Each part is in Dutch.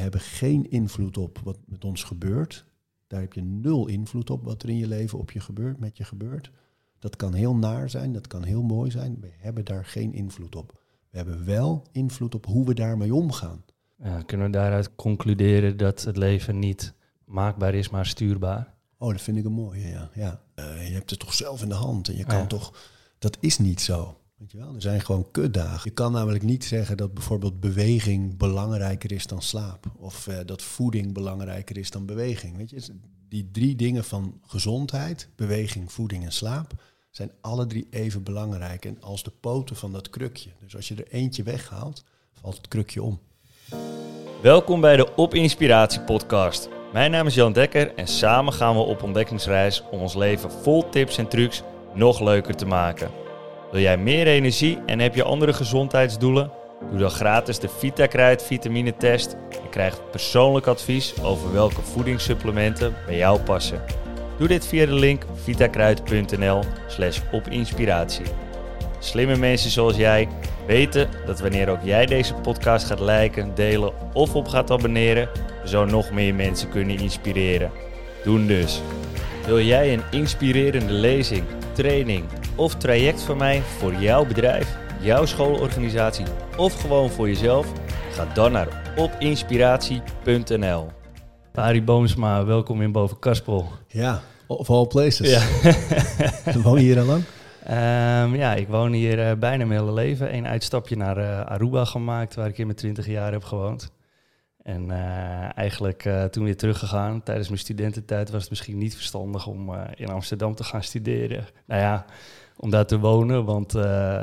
hebben geen invloed op wat met ons gebeurt. Daar heb je 0 invloed op wat er in je leven met je gebeurt. Dat kan heel naar zijn, dat kan heel mooi zijn. We hebben daar geen invloed op. We hebben wel invloed op hoe we daarmee omgaan. Kunnen we daaruit concluderen dat het leven niet maakbaar is, maar stuurbaar? Oh, dat vind ik een mooie, ja. Je hebt het toch zelf in de hand en je kan toch... Dat is niet zo. Weet je wel? Er zijn gewoon kutdagen. Je kan namelijk niet zeggen dat bijvoorbeeld beweging belangrijker is dan slaap. Of dat voeding belangrijker is dan beweging. Weet je? Die 3 dingen van gezondheid, beweging, voeding en slaap... zijn alle 3 even belangrijk. En als de poten van dat krukje. Dus als je er eentje weghaalt, valt het krukje om. Welkom bij de Op Inspiratie podcast. Mijn naam is Jan Dekker en samen gaan we op ontdekkingsreis om ons leven vol tips en trucs nog leuker te maken. Wil jij meer energie en heb je andere gezondheidsdoelen? Doe dan gratis de VitaKruid vitamine test en krijg persoonlijk advies over welke voedingssupplementen bij jou passen. Doe dit via de link vitakruid.nl/opinspiratie. Slimme mensen zoals jij weten dat wanneer ook jij deze podcast gaat liken, delen of op gaat abonneren, we zo nog meer mensen kunnen inspireren. Doen dus. Wil jij een inspirerende lezing, training of traject van mij voor jouw bedrijf, jouw schoolorganisatie of gewoon voor jezelf? Ga dan naar opinspiratie.nl. Arie Boomsma, welkom in Bovenkarspel. Ja, of all places. Ja. Woon je hier al lang? Ik woon hier bijna mijn hele leven. Een uitstapje naar Aruba gemaakt, waar ik in mijn 20 jaar heb gewoond. En toen weer teruggegaan. Tijdens mijn studententijd was het misschien niet verstandig om in Amsterdam te gaan studeren. Om daar te wonen, want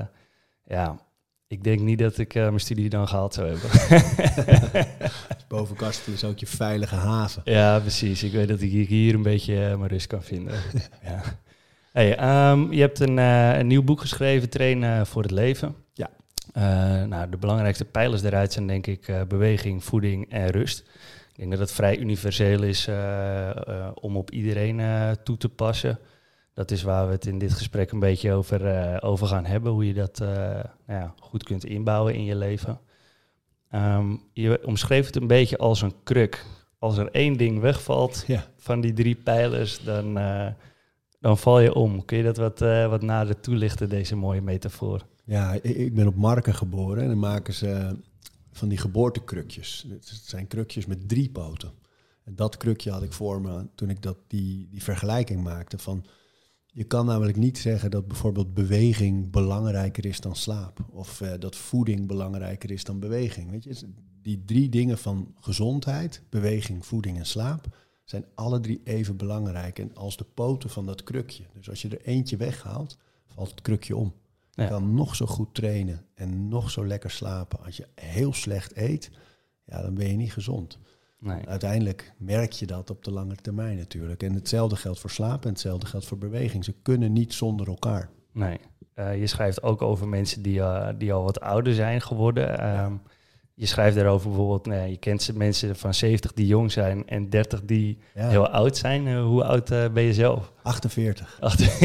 ik denk niet dat ik mijn studie dan gehaald zou hebben. Bovenkarspel is ook je veilige haven. Ja, precies. Ik weet dat ik hier een beetje mijn rust kan vinden. Ja. Hey, je hebt een nieuw boek geschreven, Trainen voor het leven. Ja. De belangrijkste pijlers daaruit zijn denk ik beweging, voeding en rust. Ik denk dat het vrij universeel is om op iedereen toe te passen. Dat is waar we het in dit gesprek een beetje over gaan hebben. Hoe je dat goed kunt inbouwen in je leven. Je omschreef het een beetje als een kruk. Als er 1 ding wegvalt van die 3 pijlers, dan val je om. Kun je dat wat nader toelichten, deze mooie metafoor? Ja, ik ben op Marken geboren en dan maken ze van die geboortekrukjes. Het zijn krukjes met 3 poten. En dat krukje had ik voor me toen ik die vergelijking maakte van... Je kan namelijk niet zeggen dat bijvoorbeeld beweging belangrijker is dan slaap. Of dat voeding belangrijker is dan beweging. Weet je? Die 3 dingen van gezondheid, beweging, voeding en slaap... zijn alle 3 even belangrijk en als de poten van dat krukje. Dus als je er eentje weghaalt, valt het krukje om. Je kan nog zo goed trainen en nog zo lekker slapen. Als je heel slecht eet, dan ben je niet gezond. Nee. Uiteindelijk merk je dat op de lange termijn natuurlijk. En hetzelfde geldt voor slaap en hetzelfde geldt voor beweging. Ze kunnen niet zonder elkaar. Nee. Je schrijft ook over mensen die al wat ouder zijn geworden. Je schrijft daarover bijvoorbeeld, je kent mensen van 70 die jong zijn en 30 die heel oud zijn. Hoe oud ben je zelf? 48.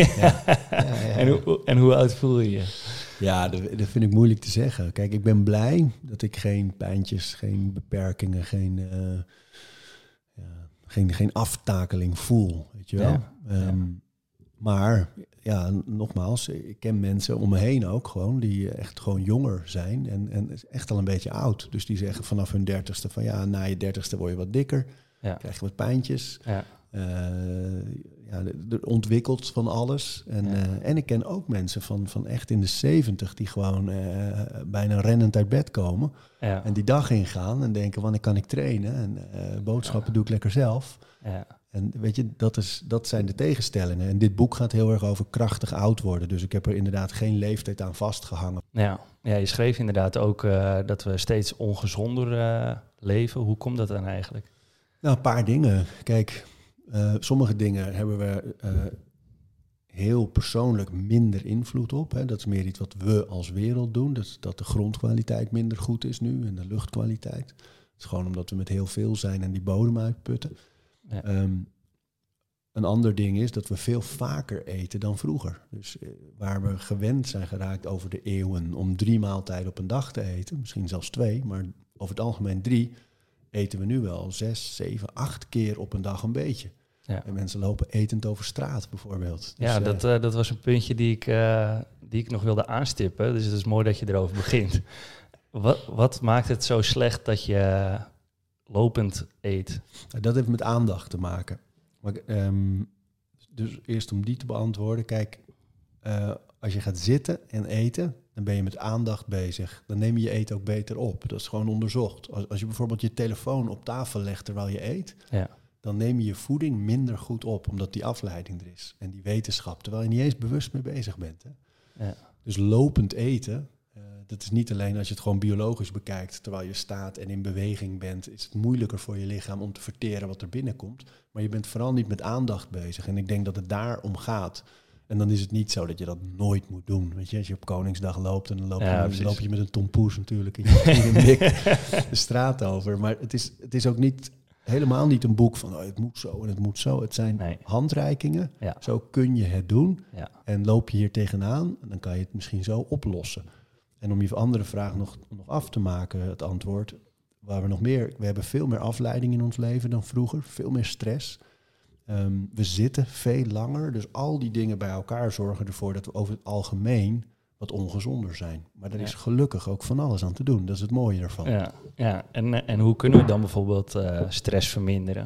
En hoe oud voel je je? Ja, dat vind ik moeilijk te zeggen. Kijk, ik ben blij dat ik geen pijntjes, geen beperkingen, geen aftakeling voel. Weet je wel? Maar nogmaals, ik ken mensen om me heen ook gewoon die echt gewoon jonger zijn en echt al een beetje oud. Dus die zeggen vanaf hun 30ste van na je 30ste word je wat dikker, krijg je wat pijntjes. Ja. Er ontwikkelt van alles. En ik ken ook mensen van echt in de 70 die gewoon bijna rennend uit bed komen. Ja. En die dag ingaan en denken, wanneer kan ik trainen? En boodschappen doe ik lekker zelf. Ja. En weet je, dat zijn de tegenstellingen. En dit boek gaat heel erg over krachtig oud worden. Dus ik heb er inderdaad geen leeftijd aan vastgehangen. Ja, je schreef inderdaad ook dat we steeds ongezonder leven. Hoe komt dat dan eigenlijk? Nou, een paar dingen. Kijk, sommige dingen hebben we heel persoonlijk minder invloed op. Hè. Dat is meer iets wat we als wereld doen. Dat de grondkwaliteit minder goed is nu en de luchtkwaliteit. Het is gewoon omdat we met heel veel zijn en die bodem uitputten. Ja. Een ander ding is dat we veel vaker eten dan vroeger. Dus waar we gewend zijn geraakt over de eeuwen om 3 maaltijden op een dag te eten, misschien zelfs 2, maar over het algemeen 3, eten we nu wel 6, 7, 8 keer op een dag een beetje. Ja. En mensen lopen etend over straat bijvoorbeeld. Dus, Ja, dat was een puntje die ik nog wilde aanstippen. Dus het is mooi dat je erover begint. Wat maakt het zo slecht dat je lopend eet? Dat heeft met aandacht te maken. Maar, dus eerst om die te beantwoorden. Kijk, als je gaat zitten en eten, dan ben je met aandacht bezig. Dan neem je je eten ook beter op. Dat is gewoon onderzocht. Als je bijvoorbeeld je telefoon op tafel legt terwijl je eet, dan neem je je voeding minder goed op, omdat die afleiding er is. En die wetenschap, terwijl je niet eens bewust mee bezig bent. Hè? Ja. Dus lopend eten, dat is niet alleen als je het gewoon biologisch bekijkt, terwijl je staat en in beweging bent, is het moeilijker voor je lichaam om te verteren wat er binnenkomt. Maar je bent vooral niet met aandacht bezig. En ik denk dat het daarom gaat. En dan is het niet zo dat je dat nooit moet doen. Weet je, als je op Koningsdag loopt, en dan loop je met een tompoes natuurlijk in je bik de straat over. Maar het is ook niet helemaal niet een boek van het moet zo en het moet zo. Het zijn handreikingen. Ja. Zo kun je het doen. Ja. En loop je hier tegenaan, dan kan je het misschien zo oplossen. En om je andere vraag nog af te maken, het antwoord, waar we hebben veel meer afleiding in ons leven dan vroeger. Veel meer stress. We zitten veel langer, dus al die dingen bij elkaar zorgen ervoor dat we over het algemeen wat ongezonder zijn. Maar er is gelukkig ook van alles aan te doen. Dat is het mooie ervan. Ja. En hoe kunnen we dan bijvoorbeeld stress verminderen?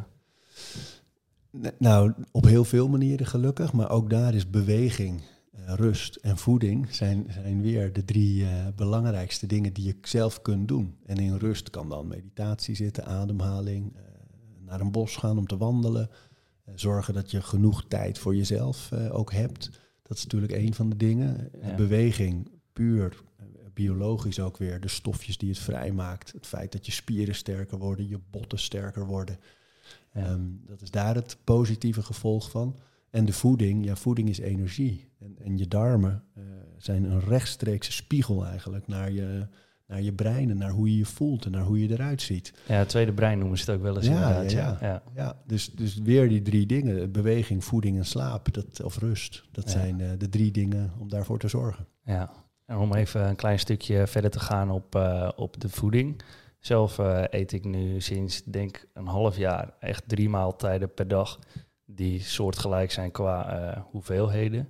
Nou, op heel veel manieren gelukkig, maar ook daar is beweging, rust en voeding zijn weer de 3 belangrijkste dingen die je zelf kunt doen. En in rust kan dan meditatie zitten, ademhaling, naar een bos gaan om te wandelen. Zorgen dat je genoeg tijd voor jezelf ook hebt. Dat is natuurlijk een van de dingen. Ja. Beweging, puur biologisch ook weer. De stofjes die het vrijmaakt. Het feit dat je spieren sterker worden, je botten sterker worden. Ja. Dat is daar het positieve gevolg van. En de voeding, voeding is energie. En je darmen zijn een rechtstreekse spiegel eigenlijk naar je brein en naar hoe je je voelt en naar hoe je eruit ziet. Ja, het tweede brein noemen ze het ook wel eens inderdaad. Ja. Dus weer die 3 dingen, beweging, voeding en slaap, of rust. Dat zijn de 3 dingen om daarvoor te zorgen. Ja, en om even een klein stukje verder te gaan op de voeding. Zelf eet ik nu sinds, denk een half jaar, echt 3 maaltijden per dag die soortgelijk zijn qua hoeveelheden.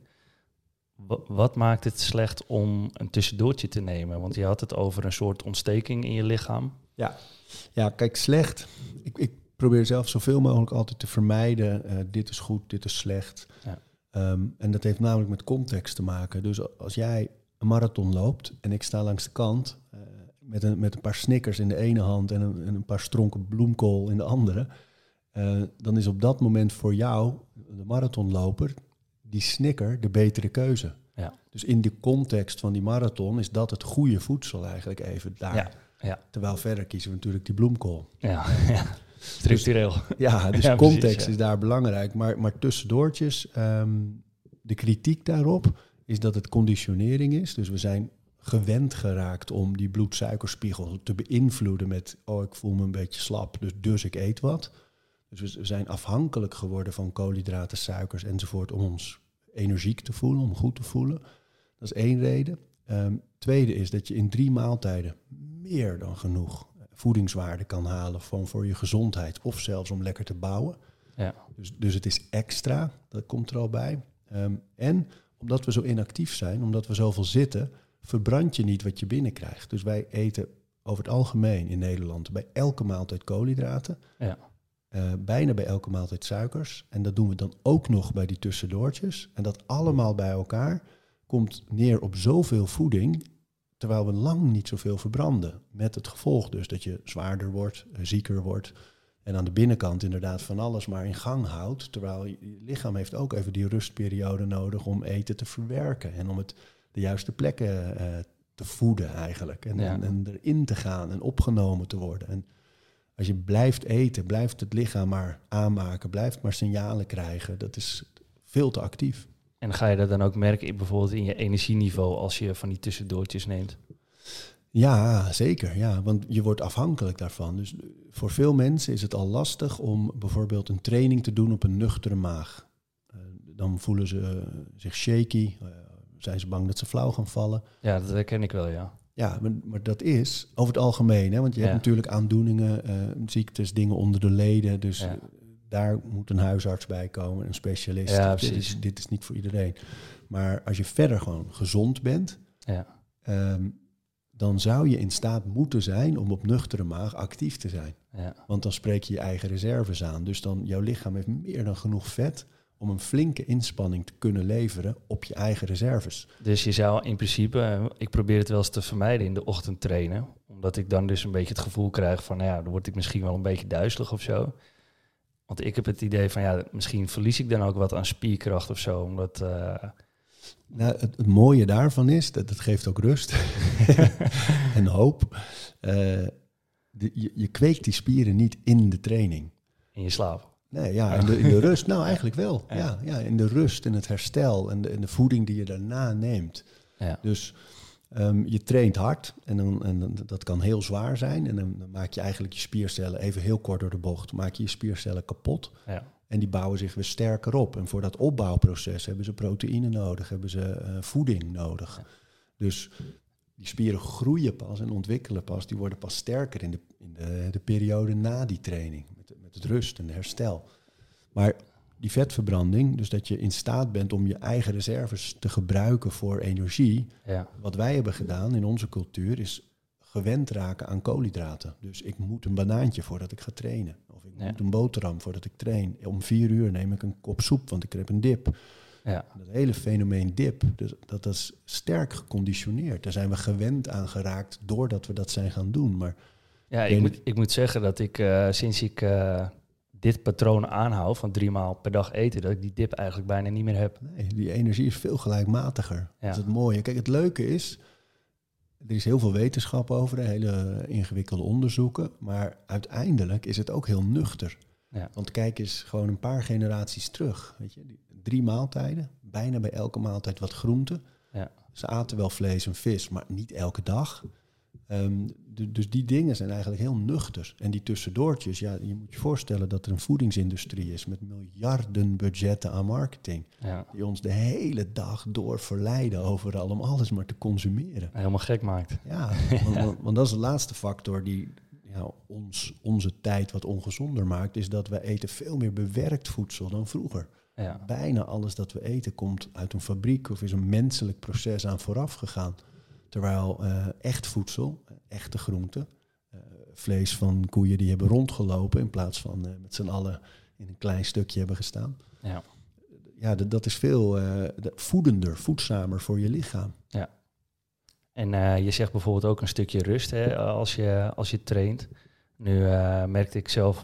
Wat maakt het slecht om een tussendoortje te nemen? Want je had het over een soort ontsteking in je lichaam. Ja, kijk, slecht. Ik probeer zelf zoveel mogelijk altijd te vermijden. Dit is goed, dit is slecht. Ja. En dat heeft namelijk met context te maken. Dus als jij een marathon loopt en ik sta langs de kant met een paar Snickers in de ene hand en een paar stronken bloemkool in de andere, dan is op dat moment voor jou, de marathonloper, die Snicker de betere keuze. Ja. Dus in de context van die marathon is dat het goede voedsel eigenlijk even daar. Ja. Terwijl verder kiezen we natuurlijk die bloemkool. Ja. Structureel. Dus context precies, is daar belangrijk. Maar tussendoortjes, de kritiek daarop is dat het conditionering is. Dus we zijn gewend geraakt om die bloedsuikerspiegel te beïnvloeden met ik voel me een beetje slap, dus ik eet wat. Dus we zijn afhankelijk geworden van koolhydraten, suikers enzovoort om ons energiek te voelen, om goed te voelen. Dat is 1 reden. Tweede is dat je in 3 maaltijden meer dan genoeg voedingswaarde kan halen voor je gezondheid of zelfs om lekker te bouwen. Ja. Dus het is extra, dat komt er al bij. En omdat we zo inactief zijn, omdat we zoveel zitten, verbrand je niet wat je binnenkrijgt. Dus wij eten over het algemeen in Nederland bij elke maaltijd koolhydraten. Ja. Bijna bij elke maaltijd suikers. En dat doen we dan ook nog bij die tussendoortjes. En dat allemaal bij elkaar komt neer op zoveel voeding, terwijl we lang niet zoveel verbranden. Met het gevolg dus dat je zwaarder wordt, zieker wordt. En aan de binnenkant inderdaad van alles maar in gang houdt. Terwijl je lichaam heeft ook even die rustperiode nodig om eten te verwerken. En om het de juiste plekken te voeden eigenlijk. En erin te gaan en opgenomen te worden. En als je blijft eten, blijft het lichaam maar aanmaken, blijft maar signalen krijgen. Dat is veel te actief. En ga je dat dan ook merken bijvoorbeeld in je energieniveau als je van die tussendoortjes neemt? Ja, zeker. Ja, want je wordt afhankelijk daarvan. Dus voor veel mensen is het al lastig om bijvoorbeeld een training te doen op een nuchtere maag. Dan voelen ze zich shaky, zijn ze bang dat ze flauw gaan vallen. Ja, dat herken ik wel, ja. Ja, maar dat is over het algemeen. Hè? Want je hebt natuurlijk aandoeningen, ziektes, dingen onder de leden. Dus daar moet een huisarts bij komen, een specialist. Ja, dit is niet voor iedereen. Maar als je verder gewoon gezond bent... dan zou je in staat moeten zijn om op nuchtere maag actief te zijn. Ja. Want dan spreek je je eigen reserves aan. Dus dan jouw lichaam heeft meer dan genoeg vet om een flinke inspanning te kunnen leveren op je eigen reserves. Dus je zou in principe, ik probeer het wel eens te vermijden in de ochtend trainen, omdat ik dan dus een beetje het gevoel krijg van, nou ja, dan word ik misschien wel een beetje duizelig of zo. Want ik heb het idee van, ja, misschien verlies ik dan ook wat aan spierkracht of zo, omdat... Nou, het mooie daarvan is, dat het geeft ook rust en hoop. Je kweekt die spieren niet in de training. In je slaap? Nee, ja, in de rust. Nou, eigenlijk wel. Ja, in de rust, in het herstel en de voeding die je daarna neemt. Ja. Dus je traint hard en dat kan heel zwaar zijn. En dan maak je eigenlijk je spiercellen, even heel kort door de bocht, maak je spiercellen kapot. Ja. En die bouwen zich weer sterker op. En voor dat opbouwproces hebben ze proteïne nodig, hebben ze voeding nodig. Ja. Dus die spieren groeien pas en ontwikkelen pas. Die worden pas sterker in de periode na die training. Met het rust en herstel. Maar die vetverbranding, dus dat je in staat bent om je eigen reserves te gebruiken voor energie. Ja. Wat wij hebben gedaan in onze cultuur is gewend raken aan koolhydraten. Dus ik moet een banaantje voordat ik ga trainen. Of ik moet een boterham voordat ik train. Om 4 uur neem ik een kop soep, want ik heb een dip. Ja. Dat hele fenomeen dip, dus dat is sterk geconditioneerd. Daar zijn we gewend aan geraakt doordat we dat zijn gaan doen. Maar ja, ik moet zeggen dat ik sinds ik dit patroon aanhoud van 3 maal per dag eten, dat ik die dip eigenlijk bijna niet meer heb. Nee, die energie is veel gelijkmatiger. Ja. Dat is het mooie. Kijk, het leuke is, er is heel veel wetenschap over, hele ingewikkelde onderzoeken. Maar uiteindelijk is het ook heel nuchter. Ja. Want kijk eens gewoon een paar generaties terug. Weet je, 3 maaltijden, bijna bij elke maaltijd wat groente. Ja. Ze aten wel vlees en vis, maar niet elke dag. Dus die dingen zijn eigenlijk heel nuchter. En die tussendoortjes, ja, je moet je voorstellen dat er een voedingsindustrie is met miljarden budgetten aan marketing. Ja. Die ons de hele dag door verleiden overal om alles maar te consumeren. Helemaal gek maakt. Ja, want dat is de laatste factor die onze tijd wat ongezonder maakt, is dat we eten veel meer bewerkt voedsel dan vroeger. Ja. Bijna alles dat we eten komt uit een fabriek of is een menselijk proces aan vooraf gegaan. Terwijl echt voedsel, echte groenten, vlees van koeien die hebben rondgelopen in plaats van met z'n allen in een klein stukje hebben gestaan. Ja, ja dat is veel voedender, voedzamer voor je lichaam. Ja. En je zegt bijvoorbeeld ook een stukje rust, hè, als je traint. Nu merkte ik zelf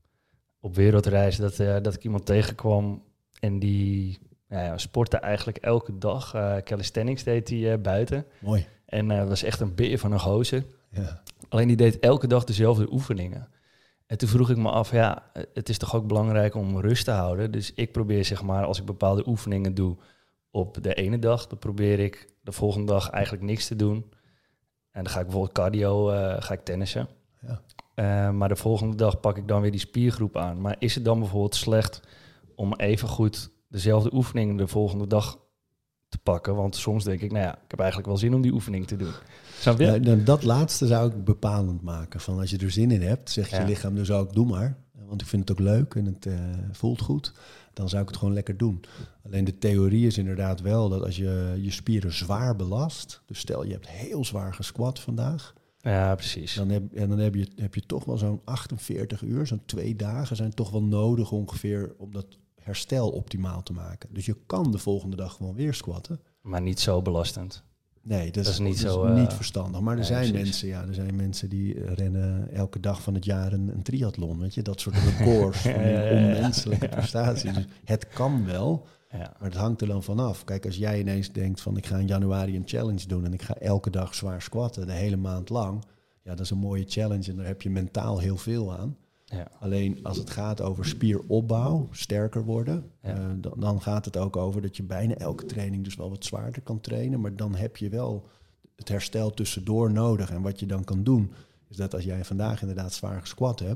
op wereldreis dat ik iemand tegenkwam en die sportte eigenlijk elke dag. Calisthenics deed hij buiten. Mooi. En dat was echt een beer van een gozer. Ja. Alleen die deed elke dag dezelfde oefeningen. En toen vroeg ik me af, ja, het is toch ook belangrijk om rust te houden. Dus ik probeer, zeg maar, als ik bepaalde oefeningen doe op de ene dag, dan probeer ik de volgende dag eigenlijk niks te doen. En dan ga ik bijvoorbeeld cardio, ga ik tennissen. Ja. Maar de volgende dag pak ik dan weer die spiergroep aan. Maar is het dan bijvoorbeeld slecht om even goed dezelfde oefeningen de volgende dag te pakken? Want soms denk ik, nou ja, ik heb eigenlijk wel zin om die oefening te doen. Ja, dat laatste zou ik bepalend maken. Van als je er zin in hebt, zegt je lichaam dus ook, doe maar. Want ik vind het ook leuk en het voelt goed. Dan zou ik het gewoon lekker doen. Alleen de theorie is inderdaad wel dat als je je spieren zwaar belast, dus stel je hebt heel zwaar gesquat vandaag. Ja, precies. Dan heb je toch wel zo'n 48 uur, zo'n 2 dagen zijn toch wel nodig ongeveer om dat herstel optimaal te maken. Dus je kan de volgende dag gewoon weer squatten. Maar niet zo belastend. Nee, dat is niet verstandig. Maar er zijn mensen die rennen elke dag van het jaar een triathlon. Weet je, dat soort records van onmenselijke prestaties. Dus het kan wel, maar het hangt er dan vanaf. Kijk, als jij ineens denkt van ik ga in januari een challenge doen en ik ga elke dag zwaar squatten, de hele maand lang. Ja, dat is een mooie challenge en daar heb je mentaal heel veel aan. Ja. Alleen als het gaat over spieropbouw, sterker worden, dan gaat het ook over dat je bijna elke training dus wel wat zwaarder kan trainen. Maar dan heb je wel het herstel tussendoor nodig. En wat je dan kan doen, is dat als jij vandaag inderdaad zwaar gesquat hebt, dan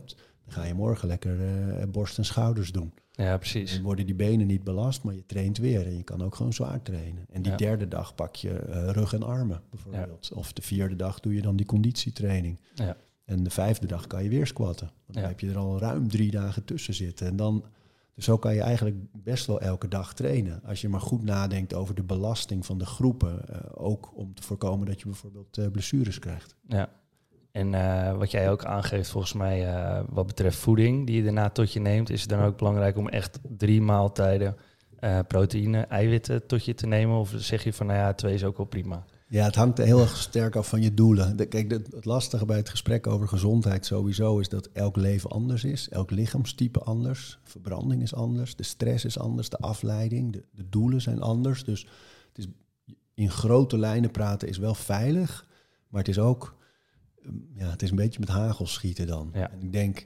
Ga je morgen lekker borst en schouders doen. Ja, precies. Dan worden die benen niet belast, maar je traint weer. En je kan ook gewoon zwaar trainen. En die derde dag pak je rug en armen bijvoorbeeld. Ja. Of de vierde dag doe je dan die conditietraining. Ja. En de vijfde dag kan je weer squatten. Want dan heb je er al ruim 3 dagen tussen zitten. En dan, dus zo kan je eigenlijk best wel elke dag trainen. Als je maar goed nadenkt over de belasting van de groepen. Ook om te voorkomen dat je bijvoorbeeld blessures krijgt. Ja. En wat jij ook aangeeft volgens mij wat betreft voeding die je daarna tot je neemt, is het dan ook belangrijk om echt 3 maaltijden proteïne, eiwitten tot je te nemen? Of zeg je van, nou ja, 2 is ook wel prima? Ja, het hangt heel erg sterk af van je doelen. Kijk, het lastige bij het gesprek over gezondheid sowieso is dat elk leven anders is. Elk lichaamstype anders. Verbranding is anders. De stress is anders. De afleiding. De doelen zijn anders. Dus het is, in grote lijnen praten is wel veilig. Maar het is ook, het is een beetje met hagel schieten dan. Ja. En ik denk,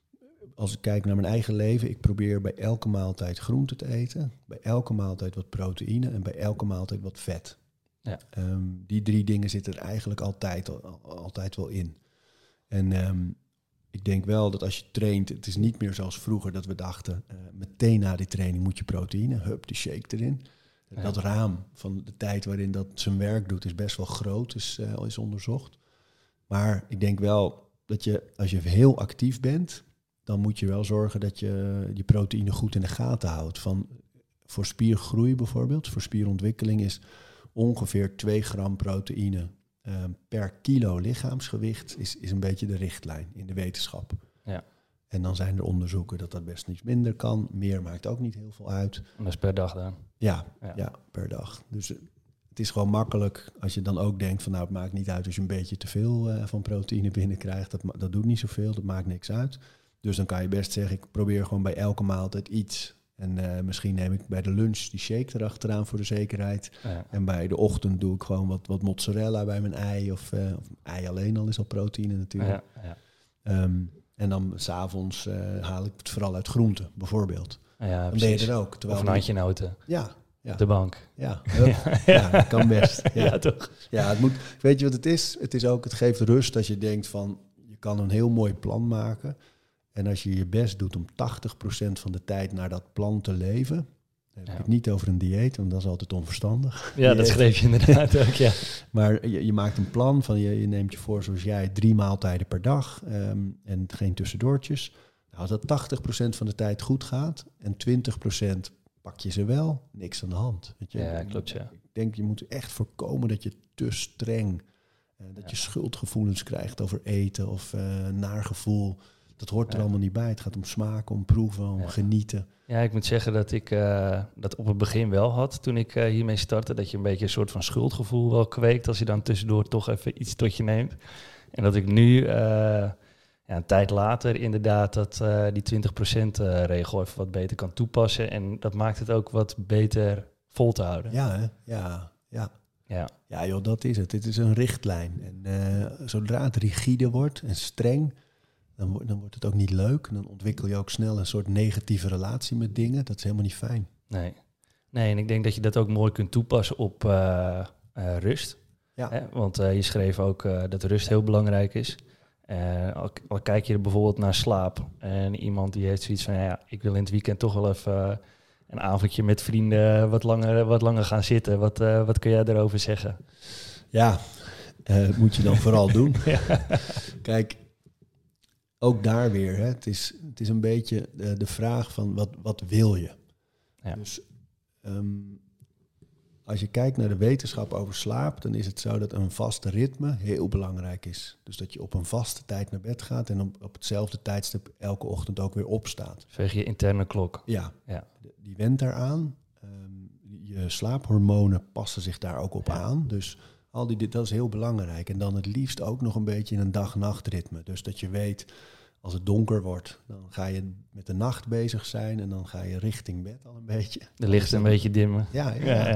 als ik kijk naar mijn eigen leven, ik probeer bij elke maaltijd groente te eten. Bij elke maaltijd wat proteïne en bij elke maaltijd wat vet. Ja. Die 3 dingen zitten er eigenlijk altijd wel in. En ik denk wel dat als je traint, het is niet meer zoals vroeger dat we dachten, meteen na die training moet je proteïne, hup, die shake erin. Ja. Dat raam van de tijd waarin dat zijn werk doet is best wel groot, is onderzocht. Maar ik denk wel dat je, als je heel actief bent, dan moet je wel zorgen dat je die proteïne goed in de gaten houdt. Voor spiergroei bijvoorbeeld, voor spierontwikkeling is ongeveer 2 gram proteïne per kilo lichaamsgewicht is een beetje de richtlijn in de wetenschap. Ja. En dan zijn er onderzoeken dat dat best iets minder kan. Meer maakt ook niet heel veel uit. En dat is per dag dan? Ja, per dag. Dus het is gewoon makkelijk als je dan ook denkt van, nou, het maakt niet uit als je een beetje te veel van proteïne binnenkrijgt. Dat doet niet zoveel, dat maakt niks uit. Dus dan kan je best zeggen, ik probeer gewoon bij elke maaltijd iets. En misschien neem ik bij de lunch die shake erachteraan voor de zekerheid. Ja. En bij de ochtend doe ik gewoon wat mozzarella bij mijn ei. Of ei alleen al is al proteïne natuurlijk. Ja, ja. En dan 's avonds haal ik het vooral uit groenten, bijvoorbeeld. Ja, dan ben je er ook. Of een handje noten. Ja. Op de bank. Ja, dat kan best. Ja. Ja, toch? Ja, het moet, weet je wat het is? Het geeft rust als je denkt van, je kan een heel mooi plan maken. En als je je best doet om 80% van de tijd naar dat plan te leven. Dan heb ik het niet over een dieet, want dat is altijd onverstandig. Ja, dat schreef je inderdaad ook, ja. Maar je maakt een plan van, je neemt je voor zoals jij 3 maaltijden per dag en geen tussendoortjes. Nou, als dat 80% van de tijd goed gaat en 20% pak je ze wel, niks aan de hand. Weet je? Ja, klopt, ja. Ik denk, je moet echt voorkomen dat je te streng, dat je schuldgevoelens krijgt over eten of naargevoel. Dat hoort er allemaal niet bij. Het gaat om smaken, om proeven, om genieten. Ja, ik moet zeggen dat ik dat op het begin wel had toen ik hiermee startte. Dat je een beetje een soort van schuldgevoel wel kweekt als je dan tussendoor toch even iets tot je neemt. En dat ik nu een tijd later inderdaad die 20% regel even wat beter kan toepassen. En dat maakt het ook wat beter vol te houden. Ja, hè? Ja, joh, dat is het. Dit is een richtlijn. En zodra het rigide wordt en streng, dan wordt het ook niet leuk. En dan ontwikkel je ook snel een soort negatieve relatie met dingen. Dat is helemaal niet fijn. Nee, en ik denk dat je dat ook mooi kunt toepassen op rust. Ja. Hè? Want je schreef ook dat rust heel belangrijk is. Al kijk je er bijvoorbeeld naar slaap. En iemand die heeft zoiets van, ik wil in het weekend toch wel even een avondje met vrienden wat langer gaan zitten. Wat kun jij daarover zeggen? Ja, dat moet je dan vooral doen. Ja. Kijk, ook daar weer, hè, het is een beetje de vraag van wat wil je? Ja. Dus als je kijkt naar de wetenschap over slaap, dan is het zo dat een vaste ritme heel belangrijk is. Dus dat je op een vaste tijd naar bed gaat en op hetzelfde tijdstip elke ochtend ook weer opstaat. Veeg je interne klok. Ja. Die went daaraan. Je slaaphormonen passen zich daar ook op aan. Dus dat is heel belangrijk. En dan het liefst ook nog een beetje in een dag-nachtritme. Dus dat je weet, als het donker wordt, dan ga je met de nacht bezig zijn en dan ga je richting bed al een beetje. De lichten een beetje dimmen. Ja.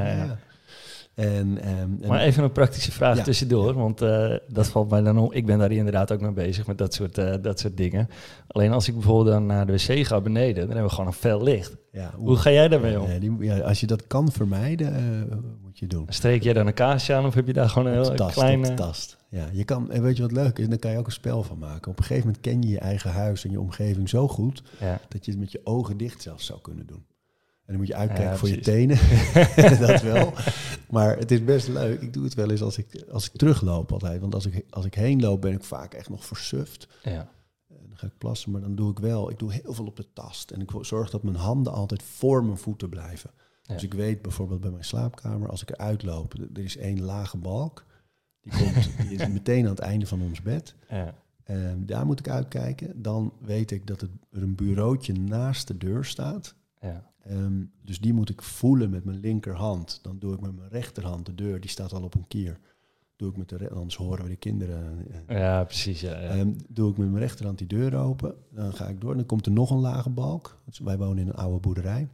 Maar even een praktische vraag tussendoor, want dat valt mij dan op. Ik ben daar inderdaad ook mee bezig met dat soort dingen. Alleen als ik bijvoorbeeld dan naar de wc ga beneden, dan hebben we gewoon een fel licht. Ja, hoe ga jij daarmee om? Als je dat kan vermijden, moet je doen. Streek jij dan een kaarsje aan of heb je daar gewoon een heel kleine... Op de tast. Ja, je kan, en weet je wat leuk is? Dan kan je ook een spel van maken. Op een gegeven moment ken je je eigen huis en je omgeving zo goed... dat je het met je ogen dicht zelfs zou kunnen doen. En dan moet je uitkijken voor precies. je tenen. Dat wel. Maar het is best leuk. Ik doe het wel eens als ik terugloop altijd. Want als ik heen loop ben ik vaak echt nog versuft. Ja. Dan ga ik plassen, maar dan doe ik wel. Ik doe heel veel op de tast. En ik zorg dat mijn handen altijd voor mijn voeten blijven. Ja. Dus ik weet bijvoorbeeld bij mijn slaapkamer... als ik eruit loop, er is 1 lage balk... Die is meteen aan het einde van ons bed. Ja. Daar moet ik uitkijken. Dan weet ik dat er een bureautje naast de deur staat. Ja. Dus die moet ik voelen met mijn linkerhand. Dan doe ik met mijn rechterhand de deur. Die staat al op een kier. Doe ik met anders horen we de kinderen. Ja, precies. Ja. Doe ik met mijn rechterhand die deur open. Dan ga ik door. Dan komt er nog een lage balk. Wij wonen in een oude boerderij.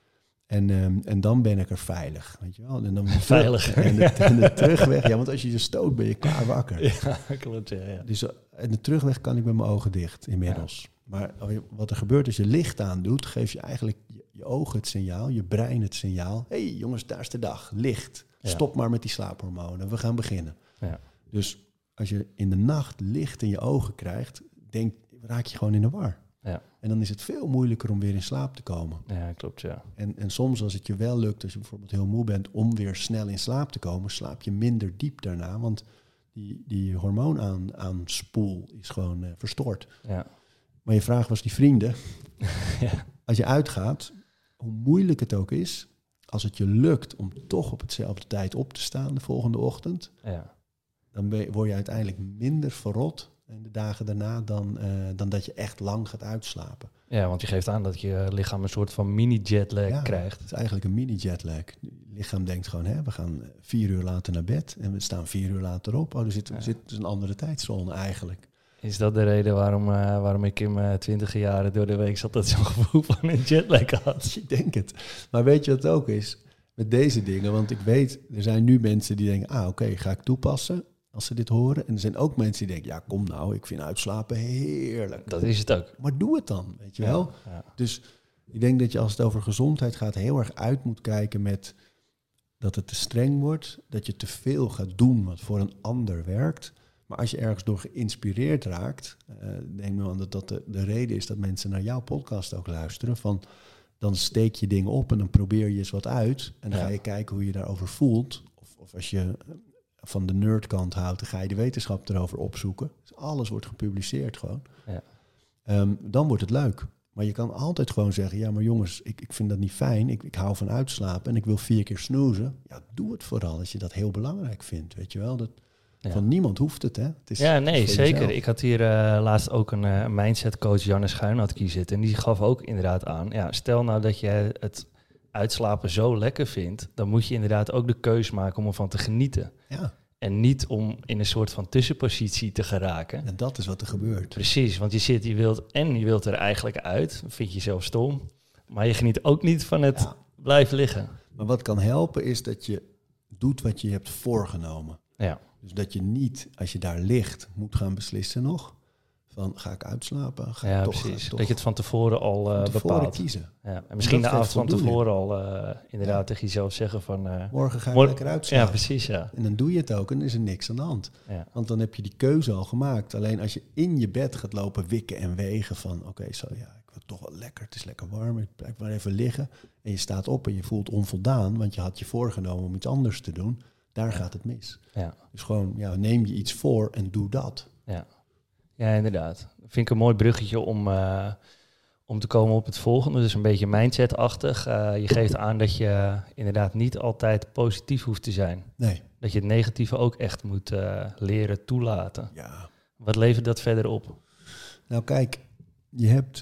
En dan ben ik er veilig, weet je wel. En dan veilig. En de terugweg, ja, want als je je stoot ben je klaar wakker. Ja, klopt, ja. Dus en de terugweg kan ik met mijn ogen dicht, inmiddels. Ja. Maar wat er gebeurt als je licht aandoet, geef je eigenlijk je ogen het signaal, je brein het signaal. Hé jongens, daar is de dag, licht. Ja. Stop maar met die slaaphormonen, we gaan beginnen. Ja. Dus als je in de nacht licht in je ogen krijgt, raak je gewoon in de war. Ja. En dan is het veel moeilijker om weer in slaap te komen. Ja, klopt, ja. En soms als het je wel lukt, als je bijvoorbeeld heel moe bent... om weer snel in slaap te komen, slaap je minder diep daarna. Want die hormoonaanspoel is gewoon verstoord. Ja. Maar je vraag was die vrienden. Ja. Als je uitgaat, hoe moeilijk het ook is... als het je lukt om toch op hetzelfde tijd op te staan de volgende ochtend... Ja. Dan word je uiteindelijk minder verrot... en de dagen daarna dan dat je echt lang gaat uitslapen. Ja, want je geeft aan dat je lichaam een soort van mini-jetlag krijgt. Het is eigenlijk een mini-jetlag. Het lichaam denkt gewoon, we gaan 4 uur later naar bed... en we staan 4 uur later op. Er zit dus een andere tijdzone eigenlijk. Is dat de reden waarom ik in mijn 20 jaren door de week zat... dat zo'n gevoel van een jetlag had? Ik denk het. Maar weet je wat het ook is? Met deze dingen, want ik weet... er zijn nu mensen die denken, oké, ga ik toepassen... als ze dit horen. En er zijn ook mensen die denken... ja, kom nou, ik vind uitslapen heerlijk. Dat is het ook. Maar doe het dan, weet je wel. Ja. Dus ik denk dat je als het over gezondheid gaat... heel erg uit moet kijken met... dat het te streng wordt. Dat je te veel gaat doen wat voor een ander werkt. Maar als je ergens door geïnspireerd raakt... neem aan dat de reden is dat mensen naar jouw podcast ook luisteren... van dan steek je dingen op en dan probeer je eens wat uit... en dan ga je kijken hoe je daarover voelt. Of als je... van de nerdkant houdt, dan ga je de wetenschap erover opzoeken. Dus alles wordt gepubliceerd gewoon. Ja. Dan wordt het leuk. Maar je kan altijd gewoon zeggen... ja, maar jongens, ik vind dat niet fijn. Ik hou van uitslapen en ik wil 4 keer snoezen. Ja, doe het vooral als je dat heel belangrijk vindt. Weet je wel, van niemand hoeft het, hè? Het is zeker. Jezelf. Ik had hier laatst ook een mindsetcoach, Janne Schuin, had ik hier zitten. En die gaf ook inderdaad aan... ja, stel nou dat je het uitslapen zo lekker vindt... dan moet je inderdaad ook de keus maken om ervan te genieten. Ja. En niet om in een soort van tussenpositie te geraken. En dat is wat er gebeurt. Precies, want je wilt er eigenlijk uit. Vind je jezelf stom. Maar je geniet ook niet van het blijven liggen. Maar wat kan helpen is dat je doet wat je hebt voorgenomen. Ja. Dus dat je niet, als je daar ligt, moet gaan beslissen nog... van ga ik uitslapen? Precies. Dat je het van tevoren al bepaalt. Kiezen. Ja. En misschien de avond van tevoren al inderdaad tegen jezelf zeggen van... morgen ga ik lekker uitslapen. Ja, precies, ja. En dan doe je het ook en dan is er niks aan de hand. Ja. Want dan heb je die keuze al gemaakt. Alleen als je in je bed gaat lopen wikken en wegen van... oké, ik wil toch wel lekker, het is lekker warm, ik blijf maar even liggen. En je staat op en je voelt onvoldaan... want je had je voorgenomen om iets anders te doen. Daar gaat het mis. Ja. Dus gewoon, neem je iets voor en doe dat. Ja. Ja, inderdaad. Dat vind ik een mooi bruggetje om te komen op het volgende. Dus een beetje mindset-achtig. Je geeft aan dat je inderdaad niet altijd positief hoeft te zijn. Nee. Dat je het negatieve ook echt moet leren toelaten. Ja. Wat levert dat verder op? Nou kijk, je hebt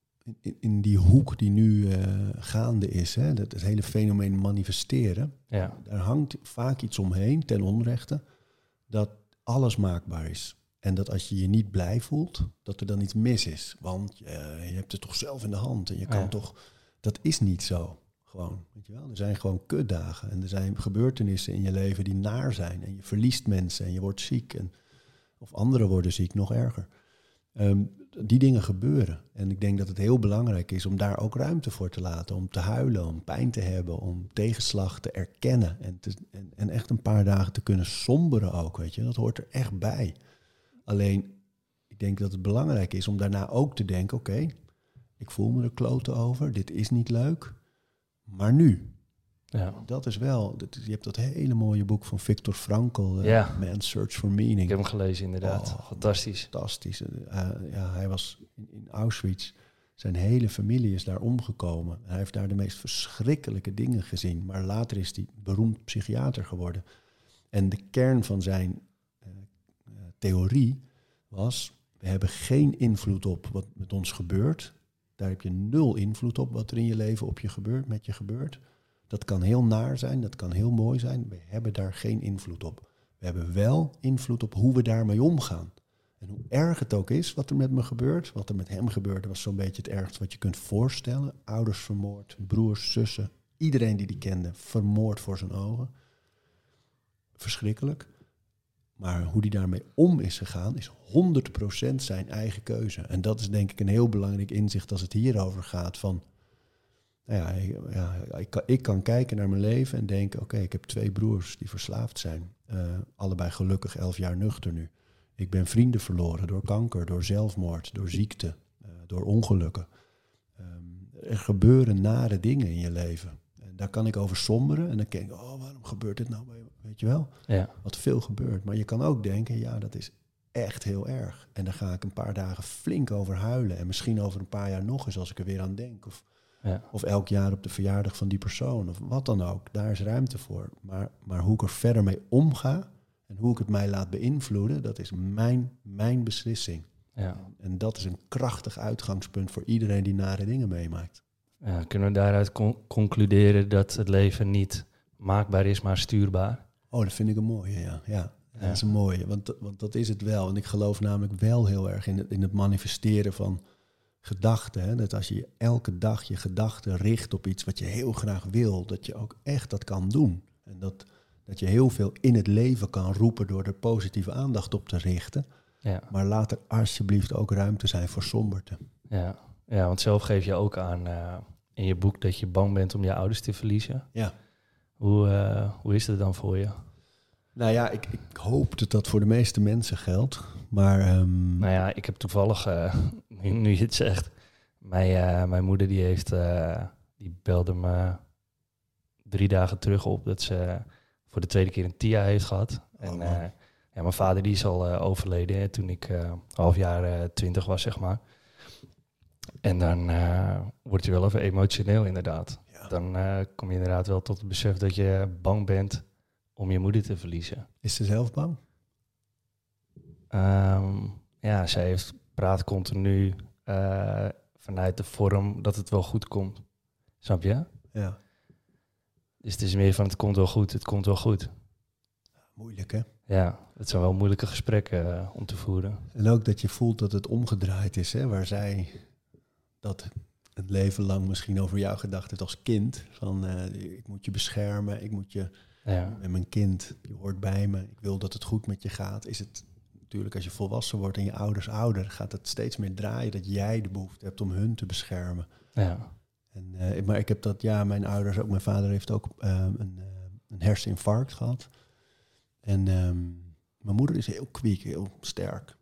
in die hoek die nu gaande is... Hè, dat het hele fenomeen manifesteren... Ja. Daar hangt vaak iets omheen, ten onrechte... dat alles maakbaar is. En dat als je je niet blij voelt, dat er dan iets mis is. Want je hebt het toch zelf in de hand. En je kan toch... Dat is niet zo. Gewoon, weet je wel. Er zijn gewoon kutdagen. En er zijn gebeurtenissen in je leven die naar zijn. En je verliest mensen en je wordt ziek. Of anderen worden ziek, nog erger. Die dingen gebeuren. En ik denk dat het heel belangrijk is om daar ook ruimte voor te laten. Om te huilen, om pijn te hebben, om tegenslag te erkennen. En echt een paar dagen te kunnen somberen ook, weet je. Dat hoort er echt bij. Alleen, ik denk dat het belangrijk is om daarna ook te denken... oké, ik voel me er kloten over, dit is niet leuk, maar nu... Ja. Dat is wel... Je hebt dat hele mooie boek van Viktor Frankl, Man's Search for Meaning. Ik heb hem gelezen, inderdaad. Fantastisch. Fantastisch. Hij was in Auschwitz. Zijn hele familie is daar omgekomen. Hij heeft daar de meest verschrikkelijke dingen gezien. Maar later is hij beroemd psychiater geworden. En de kern van zijn theorie was... we hebben geen invloed op wat met ons gebeurt. Daar heb je 0 invloed op wat er in je leven met je gebeurt. Dat kan heel naar zijn, dat kan heel mooi zijn. We hebben daar geen invloed op. We hebben wel invloed op hoe we daarmee omgaan. En hoe erg het ook is wat er met me gebeurt. Wat er met hem gebeurde was zo'n beetje het ergste wat je kunt voorstellen. Ouders vermoord, broers, zussen. Iedereen die kende, vermoord voor zijn ogen. Verschrikkelijk. Maar hoe die daarmee om is gegaan, is 100% zijn eigen keuze. En dat is denk ik een heel belangrijk inzicht als het hierover gaat van... Ik kan kijken naar mijn leven en denken... oké, ik heb 2 broers die verslaafd zijn. Allebei gelukkig 11 jaar nuchter nu. Ik ben vrienden verloren door kanker, door zelfmoord, door ziekte, door ongelukken. Er gebeuren nare dingen in je leven. En daar kan ik over somberen en dan denk ik... waarom gebeurt dit nou? Weet je wel? Ja. Wat veel gebeurt. Maar je kan ook denken, ja, dat is echt heel erg. En daar ga ik een paar dagen flink over huilen. En misschien over een paar jaar nog eens als ik er weer aan denk. Of elk jaar op de verjaardag van die persoon. Of wat dan ook. Daar is ruimte voor. Maar hoe ik er verder mee omga... en hoe ik het mij laat beïnvloeden... dat is mijn beslissing. Ja. En dat is een krachtig uitgangspunt... voor iedereen die nare dingen meemaakt. Ja, kunnen we daaruit concluderen... dat het leven niet maakbaar is, maar stuurbaar? Oh, dat vind ik een mooie, ja. Dat is een mooie. Want dat is het wel. En ik geloof namelijk wel heel erg... in het manifesteren van... gedachten, hè? Dat als je elke dag je gedachten richt op iets wat je heel graag wil, dat je ook echt dat kan doen. En dat je heel veel in het leven kan roepen door er positieve aandacht op te richten. Ja. Maar laat er alsjeblieft ook ruimte zijn voor somberte. Ja, want zelf geef je ook aan in je boek dat je bang bent om je ouders te verliezen. Ja. Hoe is het dan voor je? Nou ja, ik hoop dat dat voor de meeste mensen geldt. Maar, Nou ja, ik heb toevallig, nu je het zegt, mijn moeder die belde me 3 dagen terug op dat ze voor de 2e keer een TIA heeft gehad. En mijn vader die is al overleden toen ik half jaar 20 was, zeg maar. En dan word je wel even emotioneel inderdaad. Ja. Dan kom je inderdaad wel tot het besef dat je bang bent om je moeder te verliezen. Is ze zelf bang? Zij praat continu vanuit de vorm dat het wel goed komt. Snap je? Ja. Dus het is meer van het komt wel goed, het komt wel goed. Moeilijk, hè? Ja, het zijn wel moeilijke gesprekken om te voeren. En ook dat je voelt dat het omgedraaid is, hè? Waar zij dat het leven lang misschien over jou gedacht heeft als kind. Van, ik moet je beschermen, ik moet je... Ja. En mijn kind, je hoort bij me, ik wil dat het goed met je gaat. Is het natuurlijk als je volwassen wordt en je ouders ouder, gaat het steeds meer draaien dat jij de behoefte hebt om hun te beschermen. Ja. Maar ik heb dat, mijn ouders ook, mijn vader heeft ook een herseninfarct gehad. En mijn moeder is heel kwiek, heel sterk.